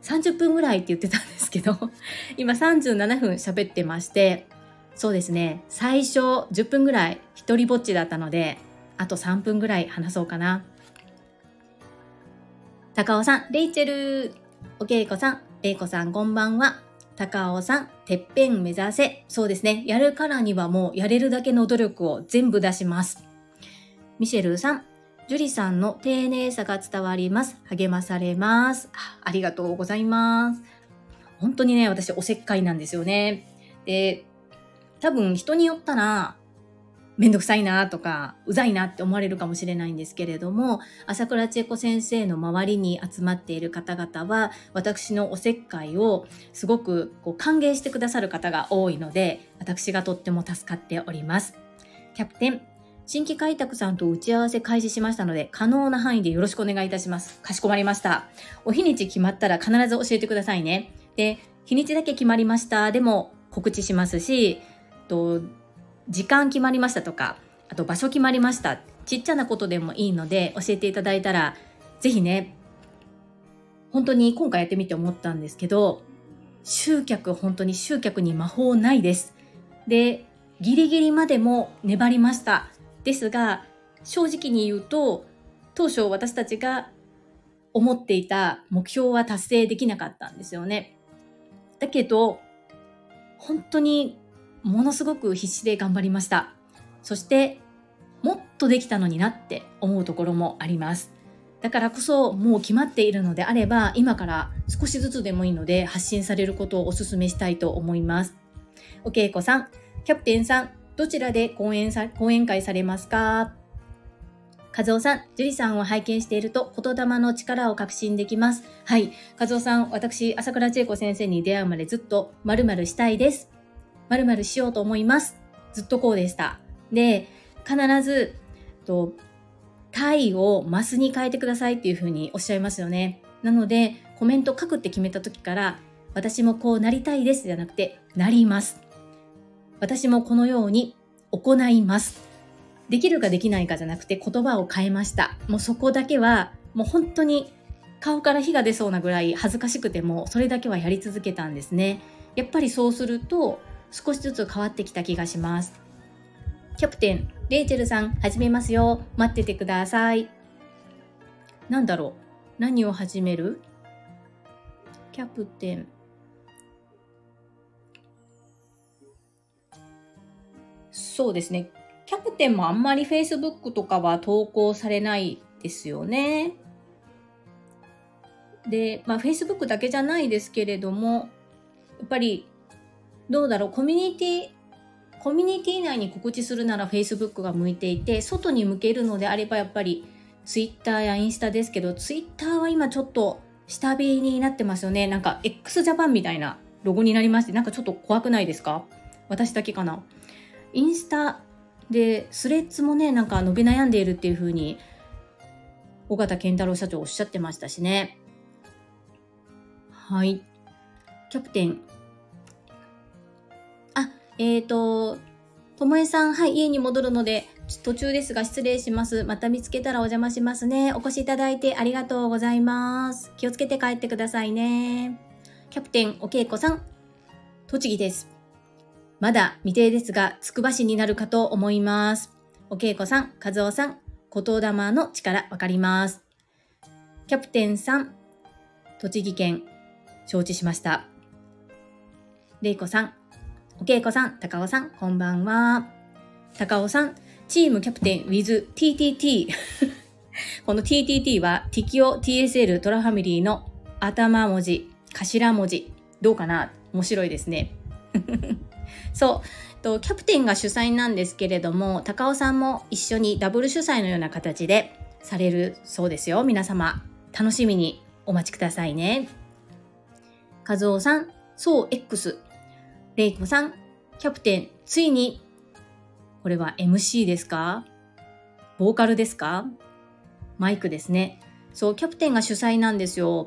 Speaker 1: さんじゅっぷんぐらいって言ってたんですけど、今さんじゅうななふん喋ってまして、そうですね、最初じゅっぷんぐらい一人ぼっちだったので、あとさんぷんぐらい話そうかな。高尾さん、レイチェル、おけいこさん、れいこさんこんばんは。高尾さん、てっぺん目指せ。そうですね、やるからにはもうやれるだけの努力を全部出します。ミシェルさん、ジュリさんの丁寧さが伝わります。励まされます。あ、ありがとうございます。本当にね、私おせっかいなんですよね。で、多分人によったらめんどくさいなとかうざいなって思われるかもしれないんですけれども、朝倉千恵子先生の周りに集まっている方々は私のおせっかいをすごくこう歓迎してくださる方が多いので、私がとっても助かっております。キャプテン、新規開拓さんと打ち合わせ開始しましたので、可能な範囲でよろしくお願いいたします。かしこまりました。お日にち決まったら必ず教えてくださいね。で、日にちだけ決まりましたでも告知しますし、と時間決まりましたとか、あと場所決まりました、ちっちゃなことでもいいので教えていただいたら、ぜひね、本当に今回やってみて思ったんですけど、集客、本当に集客に魔法ないです。で、ギリギリまでも粘りました。ですが、正直に言うと、当初私たちが思っていた目標は達成できなかったんですよね。だけど、本当にものすごく必死で頑張りました。そして、もっとできたのになって思うところもあります。だからこそ、もう決まっているのであれば、今から少しずつでもいいので発信されることをお勧めしたいと思います。おけいこさん、キャプテンさん、どちらで講演さ、講演会されますか？和夫さん、ジュリさんを拝見していると言霊の力を確信できます。はい、和夫さん、私、朝倉千恵子先生に出会うまでずっと〇〇したいです。〇〇しようと思います。ずっとこうでした。で、必ずとタイをマスに変えてくださいっていうふうにおっしゃいますよね。なのでコメント書くって決めた時から、私もこうなりたいですじゃなくて、なります。私もこのように行います。できるかできないかじゃなくて言葉を変えました。もうそこだけはもう本当に顔から火が出そうなぐらい恥ずかしくても、それだけはやり続けたんですね。やっぱりそうすると少しずつ変わってきた気がします。キャプテンレイチェルさん、始めますよ。待っててください。なんだろう、何を始める？キャプテン、そうですね、キャプテンもあんまり Facebook とかは投稿されないですよね。で、まあ Facebook だけじゃないですけれども、やっぱりどうだろう、コミュニティコミュニティ内に告知するなら Facebook が向いていて、外に向けるのであればやっぱり Twitter やインスタですけど、Twitter は今ちょっと下火になってますよね。なんか X ジャパンみたいなロゴになりまして、なんかちょっと怖くないですか？私だけかな。インスタでスレッズもね、なんか伸び悩んでいるっていう風に尾形健太郎社長おっしゃってましたしね。はい。キャプテン。あ、えーと、ともえさん、はい、家に戻るので、途中ですが失礼します。また見つけたらお邪魔しますね。お越しいただいてありがとうございます。気をつけて帰ってくださいね。キャプテン、おけいこさん、栃木です。まだ未定ですが、つくば市になるかと思います。おけいこさん、かずおさん、言霊の力わかります。キャプテンさん、栃木県、承知しました。れいこさん、おけいこさん、たかおさん、こんばんは。たかおさん、チームキャプテン with ティーティーティー この ティーティーティー はティキオ ティーエスエル トラファミリーの頭文字、頭文字、どうかな？面白いですね。そうと、キャプテンが主催なんですけれども、高尾さんも一緒にダブル主催のような形でされるそうですよ。皆様楽しみにお待ちくださいね。和夫さん、そう X、 れいこさん、キャプテンついに、これは エムシー ですか？ボーカルですか？マイクですね。そう、キャプテンが主催なんですよ。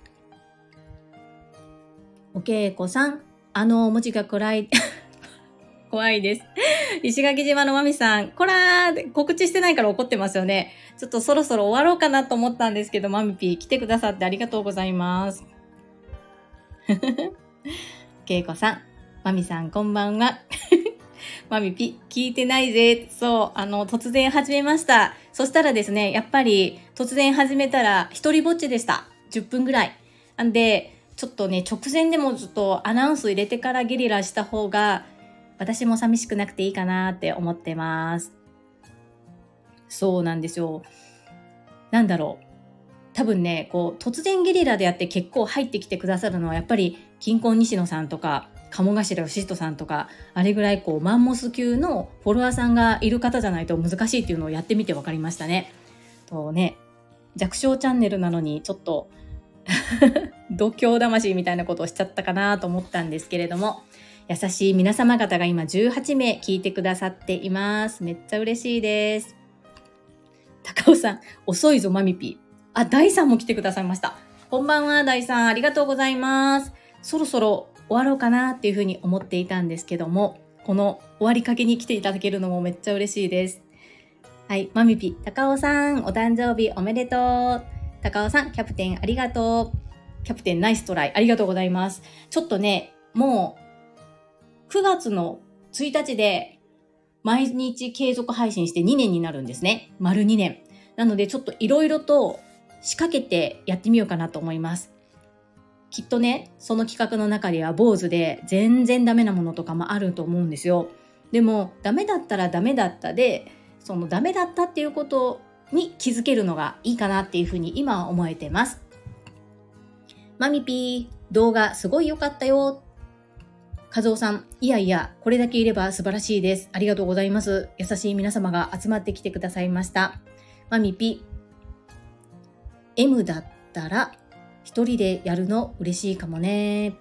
Speaker 1: おけいこさん、あの文字が暗い怖いです。石垣島のまみさん、こらー、告知してないから怒ってますよね。ちょっとそろそろ終わろうかなと思ったんですけど、まみぴー来てくださってありがとうございます。けいこさん、まみさんこんばんは。まみぴ、聞いてないぜ。そう、あの、突然始めました。そしたらですね、やっぱり突然始めたら一人ぼっちでした。じゅっぷんぐらい。なんで、ちょっとね、直前でもちょっとアナウンス入れてからゲリラした方が、私も寂しくなくていいかなって思ってます。そうなんですよ。なんだろう。多分ね、こう、突然ゲリラでやって結構入ってきてくださるのは、やっぱり、金婚西野さんとか、鴨頭義人さんとか、あれぐらいこう、マンモス級のフォロワーさんがいる方じゃないと難しいっていうのをやってみて分かりましたね。とね、弱小チャンネルなのに、ちょっと、度胸魂みたいなことをしちゃったかなと思ったんですけれども、優しい皆様方が今じゅうはちめい聞いてくださっています。めっちゃ嬉しいです。高尾さん、遅いぞマミピー。あ、大さんも来てくださいました。こんばんは、大さん。ありがとうございます。そろそろ終わろうかなっていうふうに思っていたんですけども、この終わりかけに来ていただけるのもめっちゃ嬉しいです。はい、マミピ、高尾さん、お誕生日おめでとう。高尾さん、キャプテンありがとう。キャプテンナイストライ、ありがとうございます。ちょっとね、もうくがつのついたちで毎日継続配信してにねんになるんですね。丸にねん。なのでちょっといろいろと仕掛けてやってみようかなと思います。きっとね、その企画の中では坊主で全然ダメなものとかもあると思うんですよ。でもダメだったらダメだったで、そのダメだったっていうことに気づけるのがいいかなっていうふうに今は思えてます。マミピー、動画すごい良かったよ。和夫さん、いやいや、これだけいれば素晴らしいです。ありがとうございます。優しい皆様が集まってきてくださいました。マミピ、M だったら一人でやるの嬉しいかもね。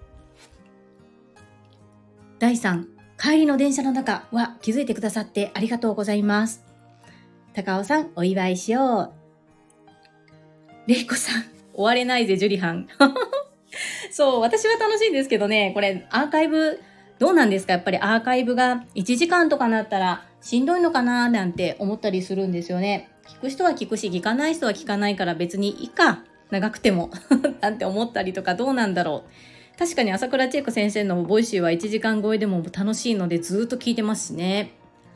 Speaker 1: だいさん、帰りの電車の中は気づいてくださってありがとうございます。 高尾さん、お祝いしよう。れいこさん、終われないぜ、ジュリハン。そう、私は楽しいんですけどね、これ、アーカイブ、どうなんですか？やっぱりアーカイブがいちじかんとかなったらしんどいのかななんて思ったりするんですよね。聞く人は聞くし、聞かない人は聞かないから別にいいか、長くても。なんて思ったりとか、どうなんだろう。確かに朝倉千恵子先生のボイシーはいちじかん超えでも楽しいのでずっと聞いてますしね。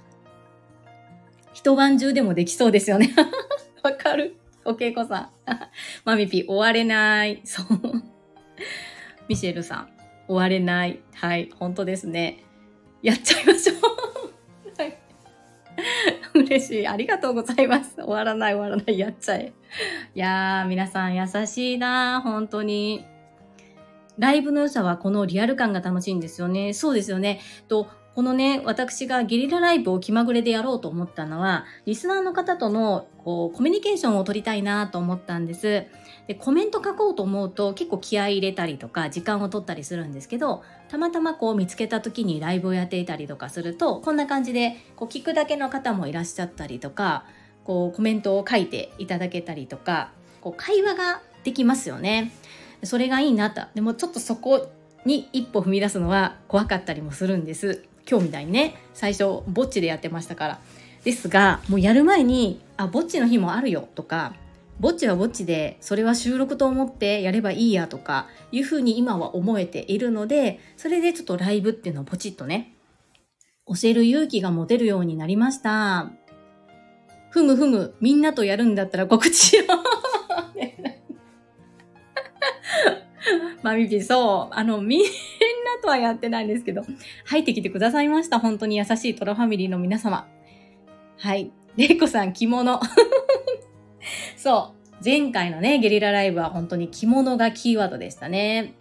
Speaker 1: 一晩中でもできそうですよね。わかる。おけいこさん。マミピ、終われない。そう。ミシェルさん、終われない。はい、本当ですね。やっちゃいましょう。はい、嬉しい。ありがとうございます。終わらない、終わらない。やっちゃえ。いやー、皆さん優しいな。本当に。ライブの良さはこのリアル感が楽しいんですよね。そうですよね。とこのね、私がゲリラライブを気まぐれでやろうと思ったのは、リスナーの方とのこうコミュニケーションを取りたいなと思ったんです。で、コメント書こうと思うと結構気合い入れたりとか時間を取ったりするんですけど、たまたまこう見つけた時にライブをやっていたりとかすると、こんな感じでこう聞くだけの方もいらっしゃったりとか、こうコメントを書いていただけたりとか、こう会話ができますよね。それがいいなと。でもちょっとそこに一歩踏み出すのは怖かったりもするんです。今日みたいにね、最初ぼっちでやってましたから。ですが、もうやる前に、あ、ぼっちの日もあるよとか、ぼっちはぼっちでそれは収録と思ってやればいいやとかいうふうに今は思えているので、それでちょっとライブっていうのをポチッとね、教える勇気が持てるようになりました。ふむふむ、みんなとやるんだったら告知しよう。マミピ、そう、あの、みんなとはやってないんですけど、入ってきてくださいました。本当に優しいトラファミリーの皆様。はい。レイコさん、着物。そう。前回のね、ゲリラライブは本当に着物がキーワードでしたね。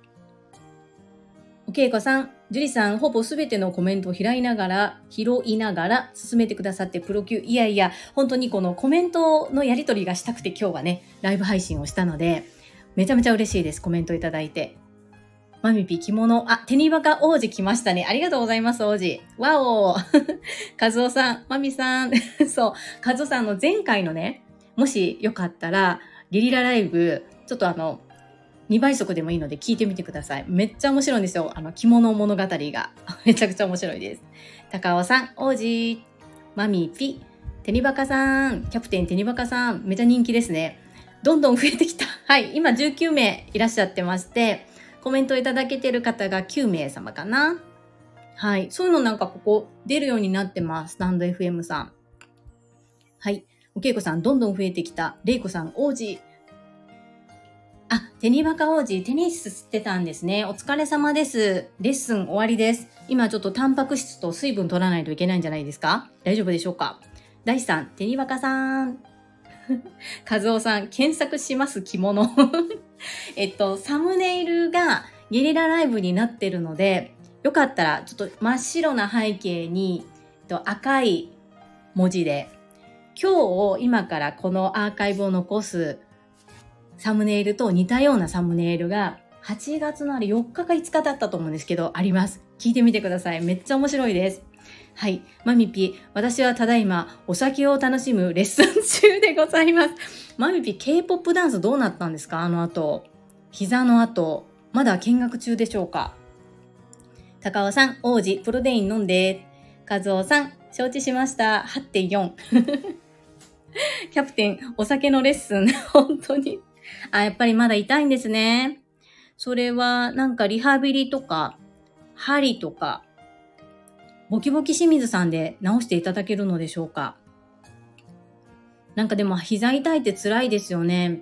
Speaker 1: おけいこさん、ジュリさん、ほぼすべてのコメントを拾いながら、拾いながら進めてくださってプロ級。いやいや、本当にこのコメントのやり取りがしたくて今日はね、ライブ配信をしたので、めちゃめちゃ嬉しいです。コメントいただいて。マミピ着物。あ、テニバカ王子来ましたね。ありがとうございます、王子。わおカズオさん、マミさん。そう、カズオさんの前回のね、もしよかったら、ゲリラライブ、ちょっとあの、にばい速でもいいので聞いてみてください。めっちゃ面白いんですよ。あの、着物物語が。めちゃくちゃ面白いです。高尾さん、王子。マミピ。テニバカさん。キャプテンテニバカさん。めちゃ人気ですね。どんどん増えてきた。はい。今じゅうきゅうめいいらっしゃってまして、コメントいただけてる方がきゅうめい様かな。はい。そういうのなんかここ出るようになってます。スタンド エフエム さん。はい。おけいこさん、どんどん増えてきた。れいこさん、王子。あ、テニバカ王子、テニス吸ってたんですね。お疲れ様です。レッスン終わりです。今ちょっとタンパク質と水分取らないといけないんじゃないですか？大丈夫でしょうか？大地さん、テニバカさん。カズオさん、検索します着物。えっと、サムネイルがゲリラライブになってるので、よかったらちょっと真っ白な背景に、えっと、赤い文字で、今日今からこのアーカイブを残すサムネイルと似たようなサムネイルがはちがつのあれよっかかいつかだったと思うんですけど、あります。聞いてみてください。めっちゃ面白いです。はい。マミピ、私はただいまお酒を楽しむレッスン中でございます。マミピ、K-ポップ ダンスどうなったんですか？あの後。膝の後。まだ見学中でしょうか？高尾さん、王子、プロテイン飲んで。カズオさん、承知しました。はってんよん。キャプテン、お酒のレッスン。本当に。あ、やっぱりまだ痛いんですね。それは、なんかリハビリとか、針とか、ボキボキ清水さんで直していただけるのでしょうか？なんかでも膝痛いって辛いですよね。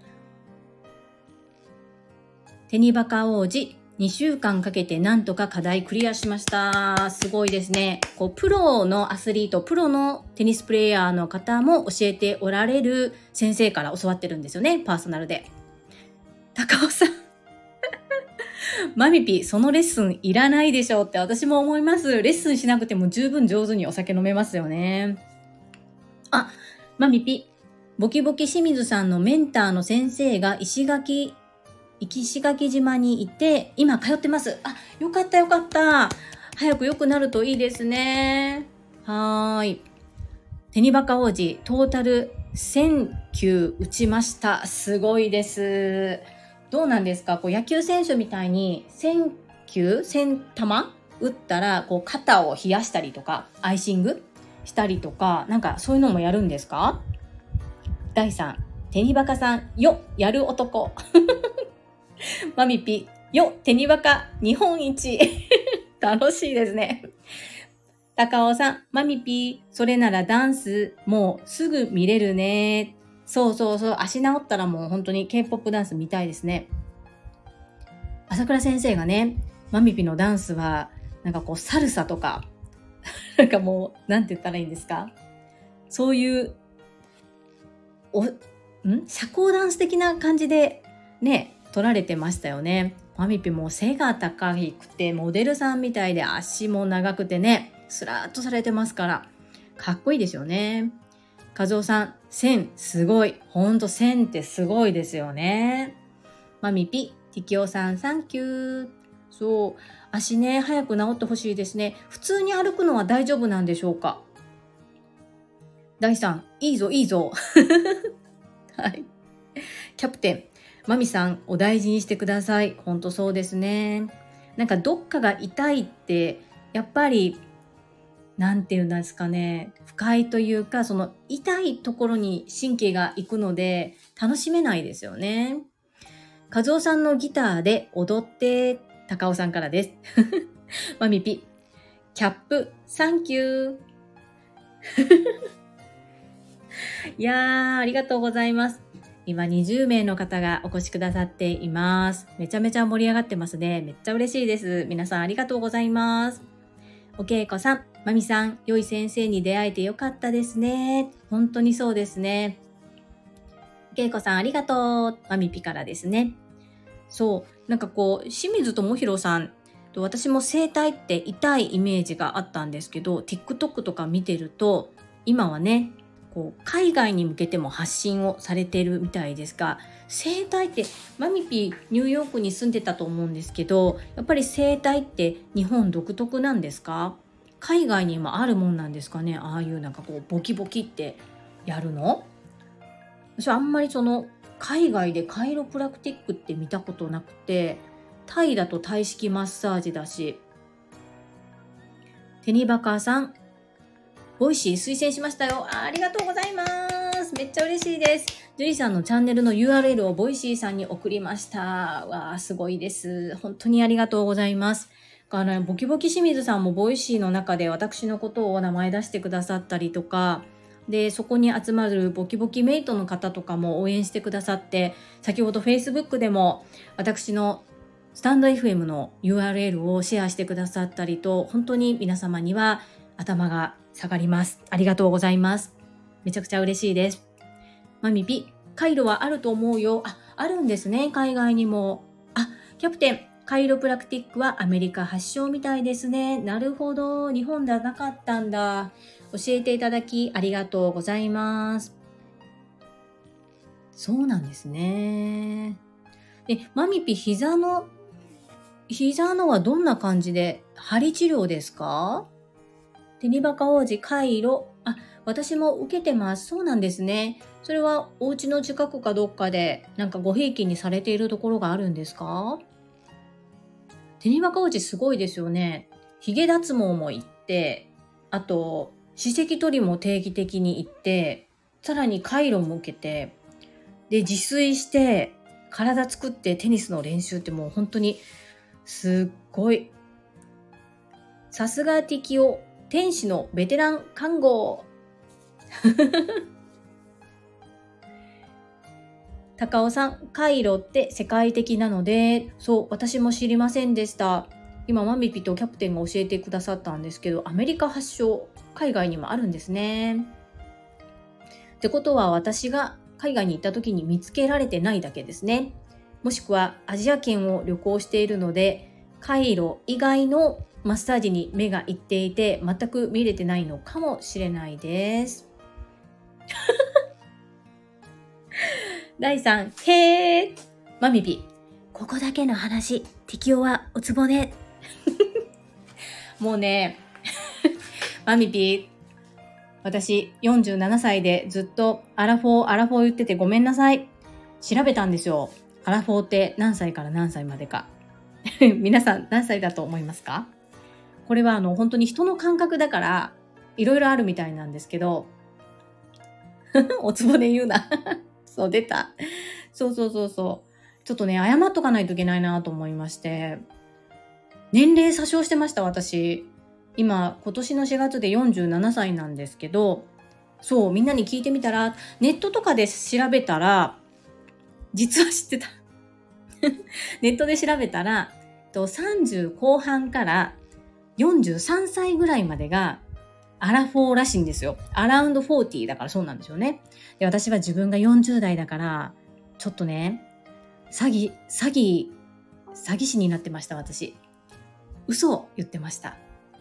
Speaker 1: テニバカ王子、にしゅうかんかけてなんとか課題クリアしました。すごいですね。こうプロのアスリート、プロのテニスプレイヤーの方も教えておられる先生から教わってるんですよね。パーソナルで。高尾さん。マミピ、そのレッスンいらないでしょうって私も思います。レッスンしなくても十分上手にお酒飲めますよね。あ、マミピ、ボキボキ清水さんのメンターの先生が石垣、石垣島にいて、今通ってます。あ、よかったよかった。早く良くなるといいですね。はーい。マミピ、ボキボキ清水さんのメンターの先生が石垣、石垣島にいて、今通ってます。あ、よかったよかった。早く良くなるといいですね。はーい。マミピ、ボキボキ清水さんのメンターの先生が石垣、石垣島にいて、今通ってます。あ、よかったよかった。早く良くなるといいですね。 テニバカ王子、トータルせん球打ちました。すごいです。どうなんですか？こう野球選手みたいにせん球、せん球打ったら、こう肩を冷やしたりとか、アイシングしたりとか、なんかそういうのもやるんですか？だいさん、テニバカさん、よ、やる男。マミピ、よ、テニバカ日本一。楽しいですね。高尾さん、マミピー、それならダンス、もうすぐ見れるね。そうそうそう、足治ったらもう本当に K-ポップ ダンス見たいですね。朝倉先生がね、マミピのダンスは、なんかこうサルサとか、なんかもう、なんて言ったらいいんですか？そういう、お、ん社交ダンス的な感じでね、撮られてましたよね。マミピも背が高くて、モデルさんみたいで足も長くてね、スラーっとされてますから、かっこいいですよね。和夫さん、線すごい。ほんと線ってすごいですよね。マミピ、ティキオさん、サンキュー。そう、足ね、早く治ってほしいですね。普通に歩くのは大丈夫なんでしょうか？大さん、いいぞ、いいぞ。はい。キャプテン、マミさん、お大事にしてください。ほんとそうですね。なんかどっかが痛いって、やっぱり、なんていうんですかね、不快というか、その痛いところに神経がいくので、楽しめないですよね。和夫さんのギターで踊って、高尾さんからです。マミピ、キャップ、サンキュー。いやー、ありがとうございます。今にじゅうめいの方がお越しくださっています。めちゃめちゃ盛り上がってますね。めっちゃ嬉しいです。皆さんありがとうございます。おけいこさん、まみさん、良い先生に出会えてよかったですね。本当にそうですね。おけいこさんありがとう。まみぴからですね。そう、なんかこう、清水智弘さんと私も声帯って痛いイメージがあったんですけど、TikTok とか見てると、今はね、こう海外に向けても発信をされてるみたいですが、声帯ってマミピニューヨークに住んでたと思うんですけど、やっぱり声帯って日本独特なんですか？海外にもあるもんなんですかね？ああいうなんかこうボキボキってやるの？私あんまりその海外でカイロプラクティックって見たことなくて、タイだとタイ式マッサージだし。テニバカーさん、ボイシー推薦しましたよ。 あ, ありがとうございます。めっちゃ嬉しいです。ジュリさんのチャンネルの ユーアールエル をボイシーさんに送りました。わあ、すごいです。本当にありがとうございます。あのボキボキ清水さんもボイシーの中で私のことを名前出してくださったりとかで、そこに集まるボキボキメイトの方とかも応援してくださって、先ほど Facebook でも私のスタンド エフエム の ユーアールエル をシェアしてくださったりと、本当に皆様には頭が下がります。ありがとうございます。めちゃくちゃ嬉しいです。マミピ、カイロはあると思うよ。あ、あるんですね。海外にも。あ、キャプテン、カイロプラクティックはアメリカ発祥みたいですね。なるほど。日本ではなかったんだ。教えていただきありがとうございます。そうなんですね。で、マミピ、膝の、膝のはどんな感じで、針治療ですか？テニバカ王子、カイロ。あ、私も受けてます。そうなんですね。それはお家の近くかどっかで、なんかごひいきにされているところがあるんですか？テニバカ王子すごいですよね。髭脱毛も行って、あと、歯石取りも定期的に行って、さらにカイロも受けて、で、自炊して、体作ってテニスの練習ってもう本当にすっごい。さすがティキオ。天使のベテラン看護。高尾さん、カイロって世界的なので、そう、私も知りませんでした。今、マミピとキャプテンが教えてくださったんですけど、アメリカ発祥、海外にもあるんですね。ってことは、私が海外に行った時に見つけられてないだけですね。もしくは、アジア圏を旅行しているので、カイロ以外のマッサージに目がいっていて全く見れてないのかもしれないです。だいさん、へー、マミピ、ここだけの話、ティキオはおつぼね。もうね、マミピ、 私よんじゅうななさいでずっとアラフォー、アラフォー言っててごめんなさい。調べたんですよ。アラフォーって何歳から何歳までか。皆さん何歳だと思いますか？これはあの本当に人の感覚だからいろいろあるみたいなんですけど、おつぼで言うな。そう出た。そうそうそうそう。ちょっとね、謝っとかないといけないなと思いまして。年齢詐称してました、私。今、今年のしがつでよんじゅうななさいなんですけど、そう、みんなに聞いてみたら、ネットとかで調べたら、実は知ってた。ネットで調べたら、さんじゅうこう半からよんじゅうさんさいぐらいまでがアラフォーらしいんですよ。アラウンドフォーティーだからそうなんですよね。で、私は自分がよんじゅう代だから、ちょっとね、詐欺、詐欺、詐欺師になってました、私。嘘を言ってました。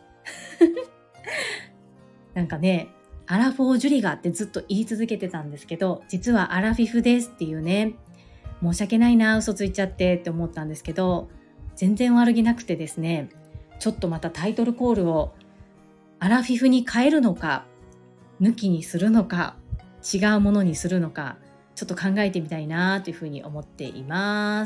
Speaker 1: なんかね、アラフォージュリガーってずっと言い続けてたんですけど、実はアラフィフですっていうね、申し訳ないな、嘘ついちゃってって思ったんですけど、全然悪気なくてですね、ちょっとまたタイトルコールをアラフィフに変えるのか、抜きにするのか、違うものにするのか、ちょっと考えてみたいなというふうに思っています。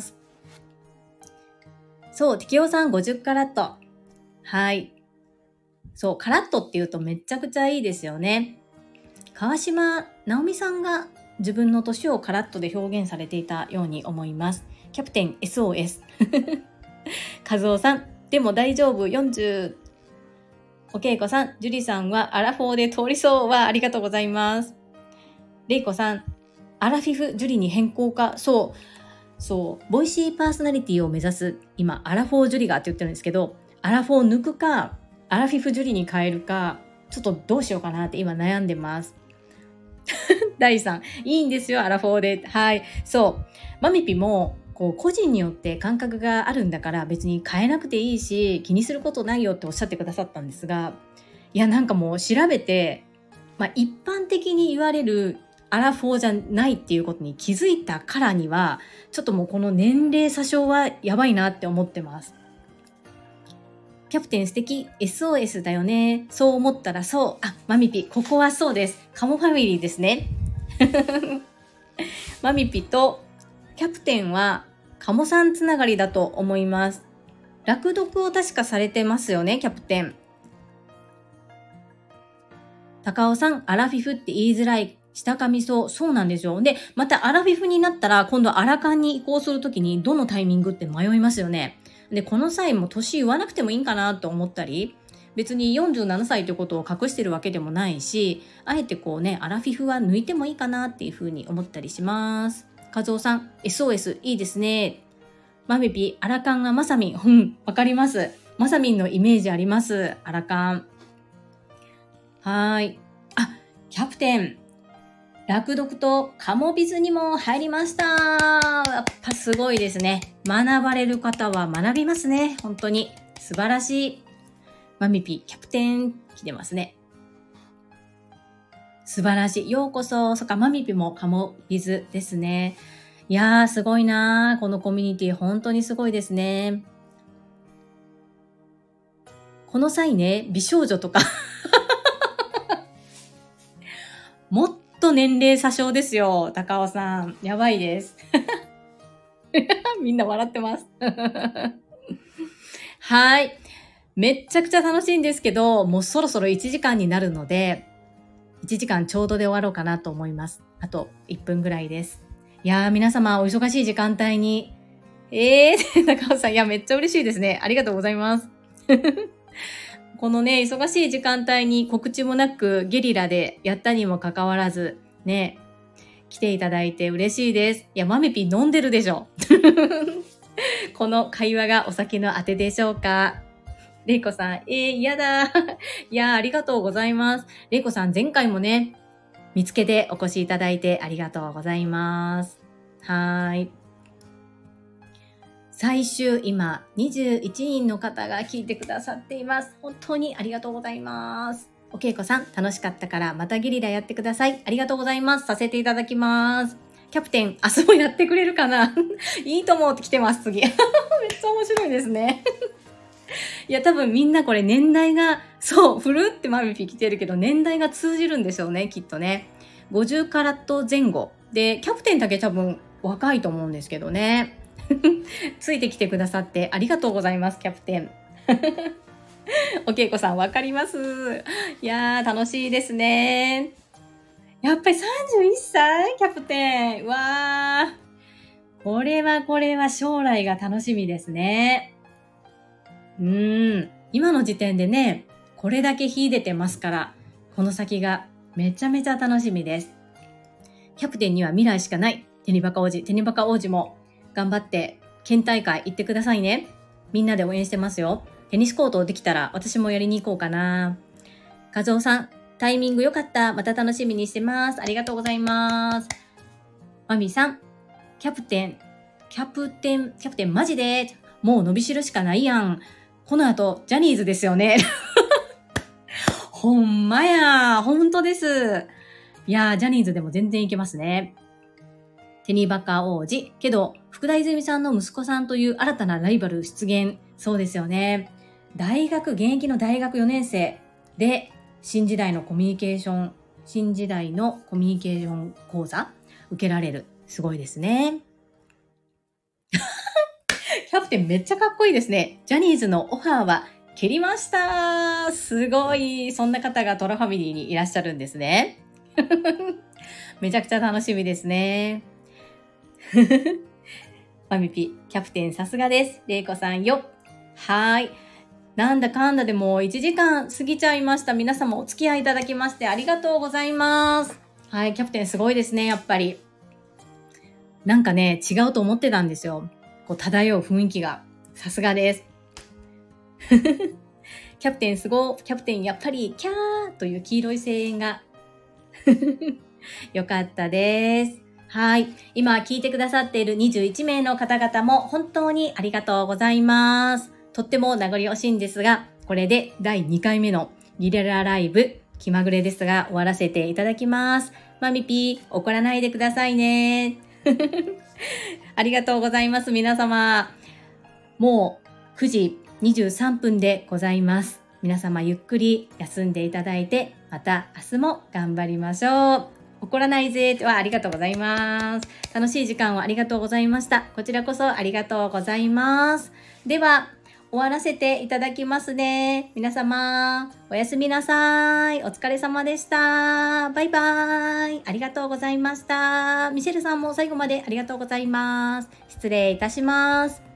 Speaker 1: そう、適応さんごじゅうカラット。はい。そう、カラットって言うとめちゃくちゃいいですよね。川島直美さんが自分の年をカラットで表現されていたように思います。キャプテン エスオーエス。和夫さん、でも大丈夫、よんじゅう。おけいこさん、ジュリさんはアラフォーで通りそうはありがとうございます。れいこさん、アラフィフジュリに変更か。そう、そう、ボイシーパーソナリティを目指す、今、アラフォージュリがって言ってるんですけど、アラフォー抜くか、アラフィフジュリに変えるか、ちょっとどうしようかなって今悩んでます。ダイさん、いいんですよ、アラフォーで。はい、そう。マミピも、こう個人によって感覚があるんだから別に変えなくていいし気にすることないよっておっしゃってくださったんですが、いやなんかもう調べて、まあ、一般的に言われるアラフォーじゃないっていうことに気づいたからにはちょっともうこの年齢詐称はやばいなって思ってます。キャプテン素敵 エスオーエス だよね。そう思ったらそう。あ、マミピここはそうです。カモファミリーですね。マミピとキャプテンはカモさんつながりだと思います。落読を確かされてますよね、キャプテン。高尾さん、アラフィフって言いづらい。下噛みそう。そうなんですよ。で、またアラフィフになったら今度アラカンに移行するときにどのタイミングって迷いますよね。で、この際も年言わなくてもいいんかなと思ったり、別によんじゅうななさいということを隠してるわけでもないし、あえてこうね、アラフィフは抜いてもいいかなっていうふうに思ったりします。和夫さん、エスオーエス いいですね。マミピ、アラカンがマサミン。うん、わかります。マサミンのイメージあります。アラカン。はーい。あ、キャプテン。落読とカモビズにも入りました。やっぱすごいですね。学ばれる方は学びますね。本当に。素晴らしい。マミピ、キャプテン、来てますね。素晴らしい。ようこそ。そっか、マミピもカモビズですね。いやー、すごいなー。このコミュニティ、本当にすごいですね。この際ね、美少女とか、もっと年齢詐称ですよ、高尾さん。やばいです。みんな笑ってます。はい。めっちゃくちゃ楽しいんですけど、もうそろそろいちじかんになるので、いちじかんちょうどで終わろうかなと思います。あといっぷんぐらいです。いやー、皆様お忙しい時間帯に。えー、高尾さん、いや、めっちゃ嬉しいですね。ありがとうございます。このね、忙しい時間帯に告知もなくゲリラでやったにもかかわらず、ね、来ていただいて嬉しいです。いや、マメピ飲んでるでしょ。この会話がお酒のあてでしょうか。れいこさん、えー、嫌だ。いや、ありがとうございます。れいこさん、前回もね、見つけてお越しいただいてありがとうございます。はーい。最終、今、にじゅういちにんの方が聞いてくださっています。本当にありがとうございます。おけいこさん、楽しかったからまたゲリラやってください。ありがとうございます。させていただきます。キャプテン、明日もやってくれるかないいと思うって来てます、次。めっちゃ面白いですね。 いや、多分みんなこれ年代が、そう、ふるってマミピ来てるけど、年代が通じるんでしょうね、きっとね。ごじゅうカラット前後。で、キャプテンだけ多分若いと思うんですけどね。ついてきてくださってありがとうございます、キャプテン。おけいこさんわかります。いやー、楽しいですね。やっぱりさんじゅういっさいキャプテン。わー。これはこれは将来が楽しみですね。うーん。今の時点でね、これだけ秀でてますから、この先がめちゃめちゃ楽しみです。キャプテンには未来しかない。テニバカ王子、テニバカ王子も頑張って県大会行ってくださいね。みんなで応援してますよ。テニスコートできたら私もやりに行こうかな。和夫さん、タイミング良かった。また楽しみにしてます。ありがとうございます。マミさん、キャプテン、キャプテン、キャプテンマジでもう伸びしろしかないやん。この後、ジャニーズですよね。ほんまや。ほんとです。いやー、ジャニーズでも全然いけますね。テニバカ王子。けど、福田泉さんの息子さんという新たなライバル出現。そうですよね。大学、現役の大学よねん生で、新時代のコミュニケーション、新時代のコミュニケーション講座受けられる。すごいですね。キャプテンめっちゃかっこいいですね。ジャニーズのオファーは蹴りました。すごい。そんな方がトラファミリーにいらっしゃるんですね。めちゃくちゃ楽しみですね。マミピ、キャプテンさすがです。れいこさんよ。はい。なんだかんだでもういちじかん過ぎちゃいました。皆様お付き合いいただきましてありがとうございます。はい、キャプテンすごいですね、やっぱり。なんかね、違うと思ってたんですよ。こう漂う雰囲気が。さすがです。キャプテンすごい、キャプテンやっぱりキャーという黄色い声援がよかったです。はい。今聞いてくださっているにじゅういちめいの方々も本当にありがとうございます。とっても名残惜しいんですが、これでだいにかいめのリレラライブ気まぐれですが終わらせていただきます。マミピー怒らないでくださいね。ありがとうございます皆様。もうくじにじゅうさんぷんでございます。皆様ゆっくり休んでいただいて、また明日も頑張りましょう。怒らないぜはありがとうございます。楽しい時間をありがとうございました。こちらこそありがとうございます。では終わらせていただきますね。皆様おやすみなさい。お疲れ様でした。バイバイ。ありがとうございました。ミシェルさんも最後までありがとうございます。失礼いたします。